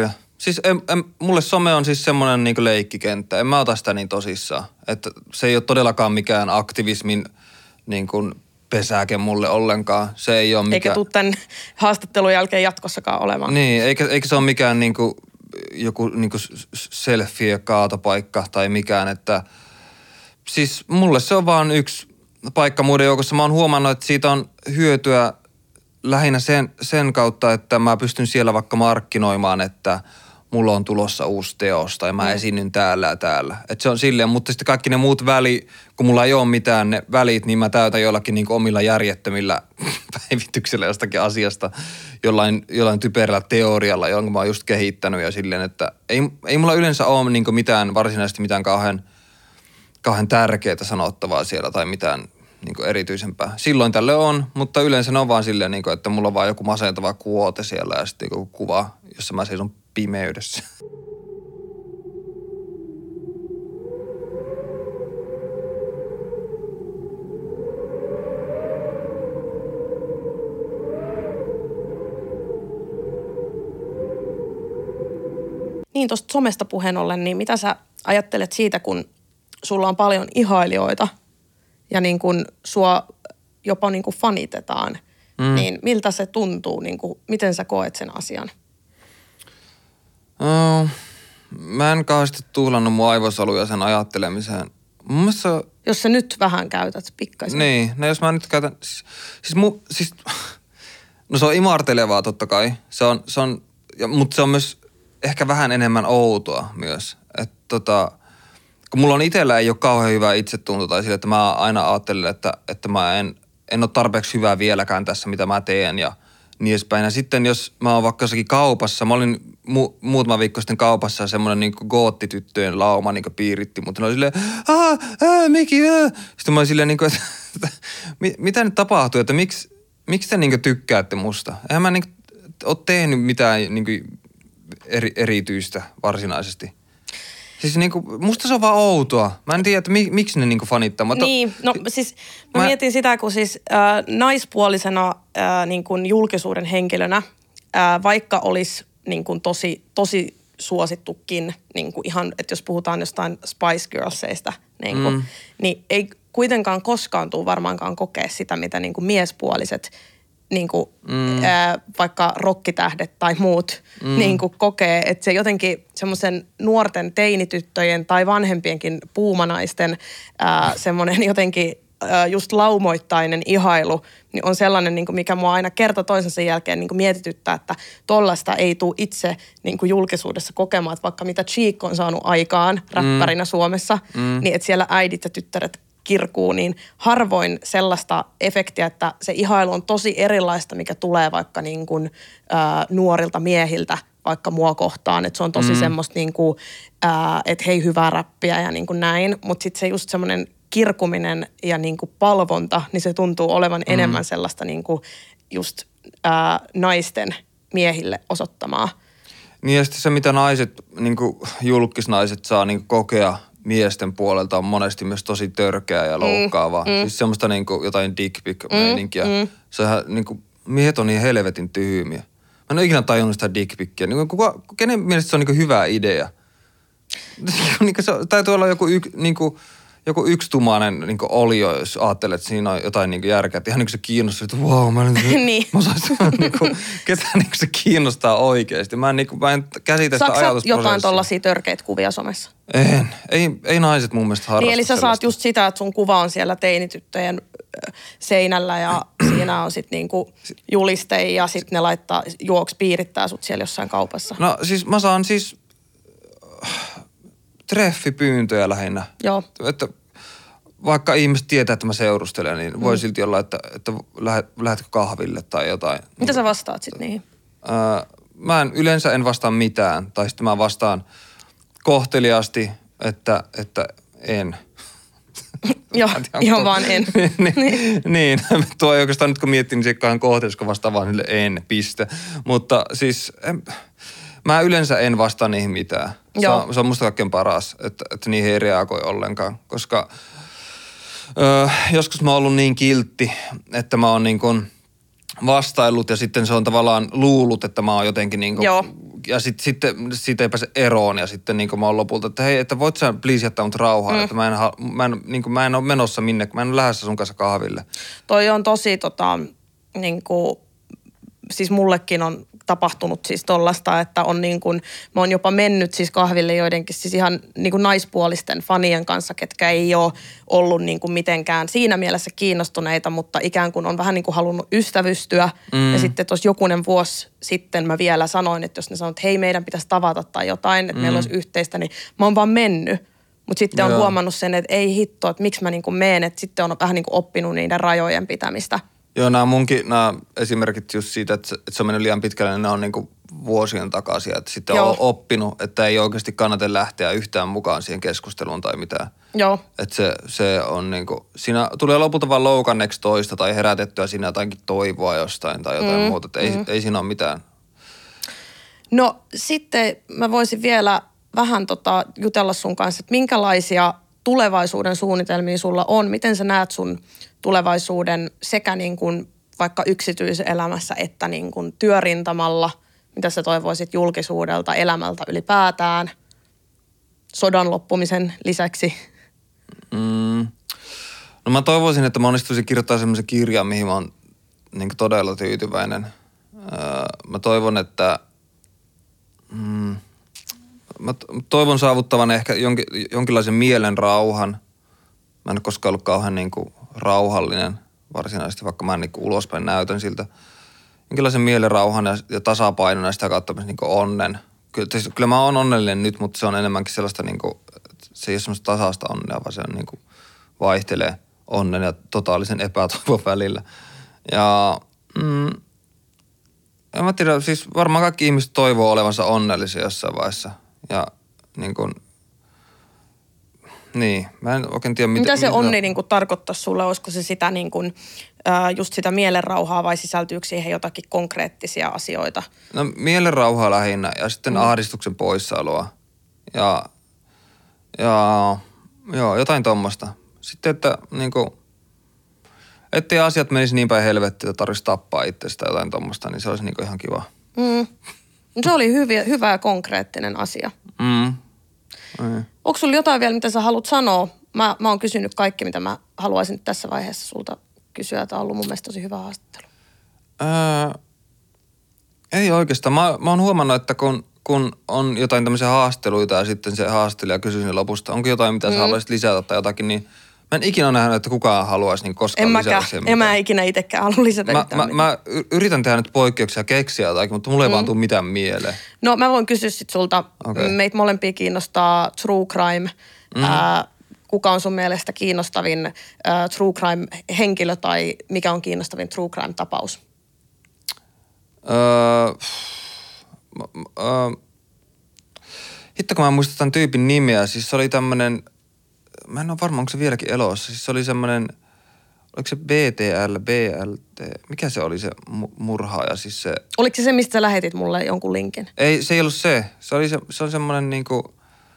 Speaker 1: Siis en, en, mulle some on siis semmoinen niin kuin leikkikenttä. En mä ota sitä niin tosissaan. Että se ei ole todellakaan mikään aktivismin niin kuin pesäke mulle ollenkaan. Se ei ole mikään...
Speaker 2: Eikä tule tämän haastattelun jälkeen jatkossakaan olemaan.
Speaker 1: Niin, eikä, eikä se ole mikään niin kuin, joku niin kuin selfie-kaatopaikka tai mikään. Että siis mulle se on vaan yksi paikka muiden joukossa. Mä oon huomannut, että siitä on hyötyä lähinnä sen, sen kautta, että mä pystyn siellä vaikka markkinoimaan, että mulla on tulossa uusi teos tai mä esiinnyn täällä ja täällä. Että se on silleen, mutta sitten kaikki ne muut väli, kun mulla ei ole mitään ne välit, niin mä täytän jollakin niin kuin omilla järjettömillä päivityksillä jostakin asiasta, jollain, jollain typerällä teorialla, jonka mä oon just kehittänyt ja silleen, että ei, ei mulla yleensä ole niin kuin mitään, varsinaisesti mitään kauhean, kauhean tärkeää sanottavaa siellä tai mitään niin kuin erityisempää. Silloin tälle on, mutta yleensä ne on vaan silleen, niin kuin, että mulla on vaan joku masentava kuote siellä ja sitten joku kuva, jossa mä seison pimeydessä.
Speaker 2: Niin, tuosta somesta puheen ollen, niin mitä sä ajattelet siitä, kun sulla on paljon ihailijoita ja niin kun sua jopa niin kun fanitetaan, mm. niin miltä se tuntuu, niin kun, miten sä koet sen asian?
Speaker 1: No, mä en kauheasti tuhlannut mun aivosoluja sen ajattelemiseen. Mun mielestä...
Speaker 2: Jos sä nyt vähän käytät pikkaisen.
Speaker 1: Niin, no jos mä nyt käytän... Siis, siis, mu, siis no se on imartelevaa totta kai, se on, se on, ja, mutta se on myös ehkä vähän enemmän outoa myös. Että tota, kun mulla on itsellä ei ole kauhean hyvää itsetunto tai sillä, että mä aina ajattelen, että, että mä en, en ole tarpeeksi hyvää vieläkään tässä, mitä mä teen ja niin edespäin. Ja sitten jos mä oon vaikka jossakin kaupassa, mä olin mu- muutama viikko sitten kaupassa ja semmoinen niinku goottityttöjen lauma niinku piiritti, mutta ne oli silleen, aah, aah, Miki, aah. Sitten mä olin silleen niinku, että, että mitä nyt tapahtuu, että miksi, miksi te niinku tykkäätte musta? Eihän mä niinku ole tehnyt mitään niinku eri, erityistä varsinaisesti. Siis niinku, musta se on vaan outoa. Mä en tiedä, että mi, miksi ne niinku fanittaa. Mä to...
Speaker 2: Niin, no siis mä, mä mietin sitä, kun siis äh, naispuolisena äh, niin kuin julkisuuden henkilönä, äh, vaikka olisi niin kuin tosi, tosi suosittukin, niin kuin ihan, että jos puhutaan jostain Spice Girlsseista, niin, kuin, mm. niin ei kuitenkaan koskaan tule varmaankaan kokea sitä, mitä niin kuin miespuoliset niin kuin, mm. ää, vaikka rokkitähdet tai muut mm. niin kuin kokee, että se jotenkin semmoisen nuorten teinityttöjen tai vanhempienkin puumanaisten ää, semmoinen jotenkin ää, just laumoittainen ihailu, niin on sellainen, niin kuin mikä mua aina kerta toisensa jälkeen niin kuin mietityttää, että tollaista ei tule itse niin kuin julkisuudessa kokemaan, että vaikka mitä Cheek on saanut aikaan räppärinä mm. Suomessa, mm. niin että siellä äidit ja tyttäret kirkuu, niin harvoin sellaista efektiä, että se ihailu on tosi erilaista, mikä tulee vaikka niin kuin, ää, nuorilta miehiltä, vaikka mua kohtaan. Että se on tosi mm. semmoista, niin kuin, ää, että hei, hyvää räppiä ja niin kuin näin. Mutta sitten se just semmoinen kirkuminen ja niin kuin palvonta, niin se tuntuu olevan mm. enemmän sellaista niin kuin just ää, naisten miehille osoittamaa.
Speaker 1: Niin ja sitten se, mitä naiset, niin kuin julkisnaiset saa niin kuin kokea miesten puolelta on monesti myös tosi törkeä ja loukkaavaa. Mm, mm. Siis semmoista niinku jotain dick pic-meininkiä. Mm, mm. Se on ihan niinku, miehet on niin helvetin tyhmiä. Mä en ole ikinä tajunnut sitä dick pickiä. Niin, kuka, kenen mielestä se on niinku hyvä idea? Niinku se täytyy olla joku, yk, niinku, joku yksitumainen niinku olio, jos ajattelet, että siinä on jotain niinku järkeä. Että ihan niinku se kiinnostaa, että wow, mä en, niin. mä saisin, niinku, ketään niinku se kiinnostaa oikeasti. Mä en, niinku, mä en käsitä sitä ajatusprosessia.
Speaker 2: jotain tollaisia törkeitä kuvia somessa?
Speaker 1: En. Ei, ei naiset mun mielestä harrasta.
Speaker 2: Niin, eli sä
Speaker 1: sellaista.
Speaker 2: saat just sitä, että sun kuva on siellä teinityttöjen seinällä ja siinä on sitten niinku juliste ja sitten ne laittaa, juoks piirittää sut siellä jossain kaupassa.
Speaker 1: No siis mä saan siis treffipyyntöjä lähinnä. Joo. Että vaikka ihmiset tietää, että mä seurustelen, niin voi mm. silti olla, että, että lähdetkö kahville tai jotain.
Speaker 2: Mitä sä vastaat sitten niihin?
Speaker 1: Öö, mä en, yleensä en vastaa mitään. Tai sitten mä vastaan kohteliaasti, että, että en.
Speaker 2: Joo, ihan vaan en.
Speaker 1: niin, niin, tuo ei oikeastaan nyt kun miettii, niin se ei kohtelias, kun vastaa vaan niille en, piste. Mutta siis en, mä yleensä en vastaa niihin mitään. Se on, se on musta kaikkein paras, että, että niihin ei reagoi ollenkaan, koska Öö, joskus mä oon ollut niin kiltti, että mä oon niin kuin vastaillut ja sitten se on tavallaan luullut, että mä oon jotenkin niin kuin ja sit, sitten siitä ei pääse eroon ja sitten niin kuin mä oon lopulta, että hei, että voit sä please jättää mut rauhaan, mm. että mä en, mä, en, niin kuin, mä en ole menossa minne, mä en ole lähdössä sun kanssa kahville.
Speaker 2: Toi on tosi tota, niin kuin, siis mullekin on tapahtunut siis tollasta, että on niin kuin, mä oon jopa mennyt siis kahville joidenkin siis ihan niin kuin naispuolisten fanien kanssa, ketkä ei ole ollut niin kuin mitenkään siinä mielessä kiinnostuneita, mutta ikään kuin on vähän niin kuin halunnut ystävystyä. Mm. Ja sitten tuossa jokunen vuosi sitten mä vielä sanoin, että jos ne sanoo, että hei meidän pitäisi tavata tai jotain, että mm. meillä olisi yhteistä, niin mä oon vaan mennyt. Mutta sitten on Joo. huomannut sen, että ei hitto, että miksi mä niin kuin meen, että sitten on vähän niin kuin oppinut niiden rajojen pitämistä.
Speaker 1: Joo, nämä munkin nämä esimerkit just siitä, että se, että se on mennyt liian pitkälle, niin nämä on niin kuin vuosien takaisia. Että sitten Joo. on oppinut, että ei oikeasti kannata lähteä yhtään mukaan siihen keskusteluun tai mitään.
Speaker 2: Joo.
Speaker 1: Että se, se on niin kuin, siinä tulee lopulta vaan loukanneeksi toista tai herätettyä siinä jotainkin toivoa jostain tai jotain mm, muuta. Että mm. ei, ei siinä ole mitään.
Speaker 2: No sitten mä voisin vielä vähän tota jutella sun kanssa, että minkälaisia tulevaisuuden suunnitelmia sulla on? Miten sä näet sun tulevaisuuden sekä niin kuin vaikka yksityiselämässä että niin kuin työrintamalla? Mitä sä toivoisit julkisuudelta, elämältä ylipäätään, sodan loppumisen lisäksi?
Speaker 1: Mm. No mä toivoisin, että mä onnistuisin kirjoittaa semmoisen kirjan, mihin mä oon niin kuin todella tyytyväinen. Öö, mä toivon, että... Mm, mä toivon saavuttavan ehkä jonkin, jonkinlaisen mielen rauhan. Mä en ole koskaan ollut kauhean niin kuin rauhallinen varsinaisesti, vaikka mä en niin kuin ulospäin näytän siltä. Jonkinlaisen mielen rauhan ja, ja tasapainon ja sitä kautta myös niin kuin onnen. Kyllä, siis, kyllä mä oon onnellinen nyt, mutta se on enemmänkin sellaista, niin kuin, se ei ole semmoista tasaista onnea, vaan se on niin kuin vaihtelee onnen ja totaalisen epätoivon välillä. Ja mm, en mä tiedä, siis varmaan kaikki ihmiset toivoo olevansa onnellisia jossain vaiheessa. Ja niin kuin, niin, mä en oikein tiedä, mitä...
Speaker 2: Mitä se onni niin kuin tarkoittaa sulle? Olisiko se sitä niin kuin, ää, just sitä mielenrauhaa vai sisältyykö siihen jotakin konkreettisia asioita?
Speaker 1: No mielenrauhaa lähinnä ja sitten mm. ahdistuksen poissaoloa. Ja, ja joo, jotain tommoista. Sitten, että niin kuin, ettei asiat menisi niin päin helvettiin, että tarvitsisi tappaa itsestä jotain tommoista, niin se olisi niin kuin ihan kiva.
Speaker 2: Mm. Se oli hyvä, hyvä ja konkreettinen asia.
Speaker 1: Mm. Mm.
Speaker 2: Onko sulla jotain vielä, mitä sä haluat sanoa? Mä, mä oon kysynyt kaikki, mitä mä haluaisin tässä vaiheessa sulta kysyä. Tämä on ollut mun mielestä tosi hyvä haastattelu.
Speaker 1: Ää, ei oikeastaan. Mä, mä oon huomannut, että kun, kun on jotain tämmöisiä haasteluita ja sitten se haastelija kysyy sinne lopusta, onko jotain, mitä mm. sä haluaisit lisätä tai jotakin, niin mä en ikinä ole nähnyt, että kukaan haluaisi niin koskaan
Speaker 2: en
Speaker 1: lisätä
Speaker 2: sen. En mä ikinä itsekään halua lisätä
Speaker 1: mä, mä, mä yritän tehdä nyt poikkeuksia keksiä jotakin, mutta mulle ei mm. vaan tule mitään mieleen.
Speaker 2: No mä voin kysyä sit sulta. Okay. Meitä molempia kiinnostaa true crime. Mm. Ää, kuka on sun mielestä kiinnostavin ää, true crime-henkilö tai mikä on kiinnostavin true crime-tapaus?
Speaker 1: Öö, öö, hitto kun mä muistan tämän tyypin nimeä, siis se oli tämmönen, mä en ole varma, onko se vieläkin elossa, siis se oli semmoinen, oliko se B T L, B L T, mikä se oli se murhaaja, siis se...
Speaker 2: Oliko se se, mistä sä lähetit mulle jonkun linkin?
Speaker 1: Ei, se ei ollut se, se oli se, se on semmoinen niinku,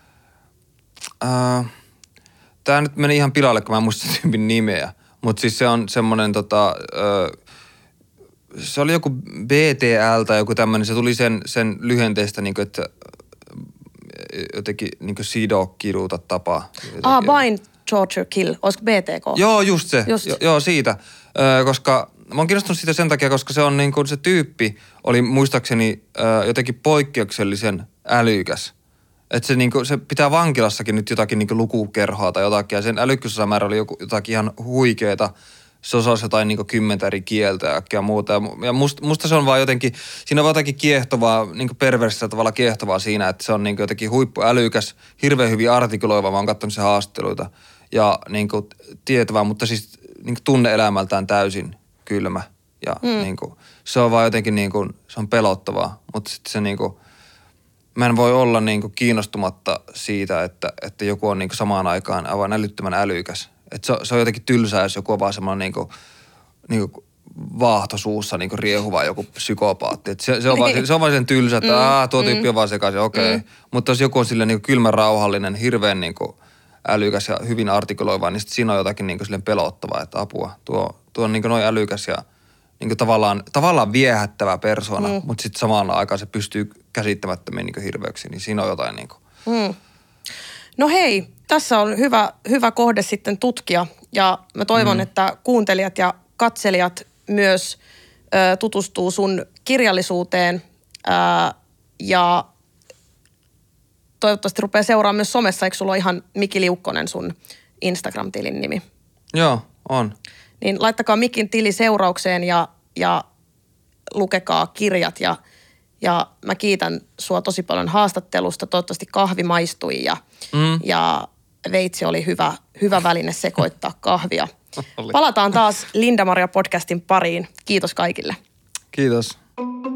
Speaker 1: äh, tää nyt meni ihan pilalle, kun mä en muista sen tyypin nimeä, mutta siis se on semmoinen tota, äh, se oli joku B T L tai joku tämmöinen, se tuli sen, sen lyhenteestä niinku, että jotenkin niinku sido, kiduta, tapa.
Speaker 2: Ah, bind, torture, kill. Olisiko B T K?
Speaker 1: Joo, just se. Just. Jo, joo, siitä. Ö, koska mä oon kiinnostunut siitä sen takia, koska se on niinku, se tyyppi oli muistaakseni ö, jotenkin poikkeuksellisen älykäs. Että se niinku, se pitää vankilassakin nyt jotakin niinku lukukerhoa tai jotakin. Ja sen älykkyysosamäärä oli joku, jotakin ihan huikeeta. Se osasi jotain niinku kymmentä eri kieltä ja kaikkea muuta. Ja musta, musta se on vaan jotenkin, siinä on vaan jotakin kiehtovaa, niinku perversissä tavalla kiehtovaa siinä, että se on niinku jotenkin huippuälykäs, hirveän hyvin artikuloiva, mä oon katsonut sen haastatteluita. Ja niinku tietävää, mutta siis niinku tunne-elämältään täysin kylmä. Ja mm. niinku, se on vaan jotenkin niinku, se on pelottavaa. Mutta sitten se niinku, mä en voi olla niinku kiinnostumatta siitä, että, että joku on niinku samaan aikaan aivan älyttömän älykäs. Että se, se on jotenkin tylsää, jos joku on vaan semmoinen niinku, niinku vaahto suussa niinku riehuva joku psykopaatti. Et se, se, on vaan, se on vaan sen tylsä, että mm, aah, tuo tyyppi mm, on vaan sekaisin, okei. Okay. Mm. Mutta jos joku on silleen niinku kylmän rauhallinen, hirveän niinku älykäs ja hyvin artikuloiva, niin sitten siinä on jotakin niinku silleen pelottavaa, että apua. Tuo, tuo on niinku noin älykäs ja niinku tavallaan, tavallaan viehättävä persona, mm. mutta sitten samalla aikaan se pystyy käsittämättömiä niin hirveyksiä, niin siinä on jotain niin kuin.
Speaker 3: Mm. No hei, tässä on hyvä, hyvä kohde sitten tutkia ja mä toivon, mm. että kuuntelijat ja katselijat myös ö, tutustuu sun kirjallisuuteen ö, ja toivottavasti rupeaa seuraamaan myös somessa. Eikö sulla ole ihan Miki Liukkonen sun Instagram-tilin nimi?
Speaker 1: Joo, on.
Speaker 3: Niin laittakaa Mikin tili seuraukseen ja, ja lukekaa kirjat ja, ja mä kiitän sua tosi paljon haastattelusta. Toivottavasti kahvi maistui ja, mm. ja veitsi oli hyvä, hyvä väline sekoittaa kahvia. Palataan taas Linda Maria podcastin pariin. Kiitos kaikille.
Speaker 1: Kiitos.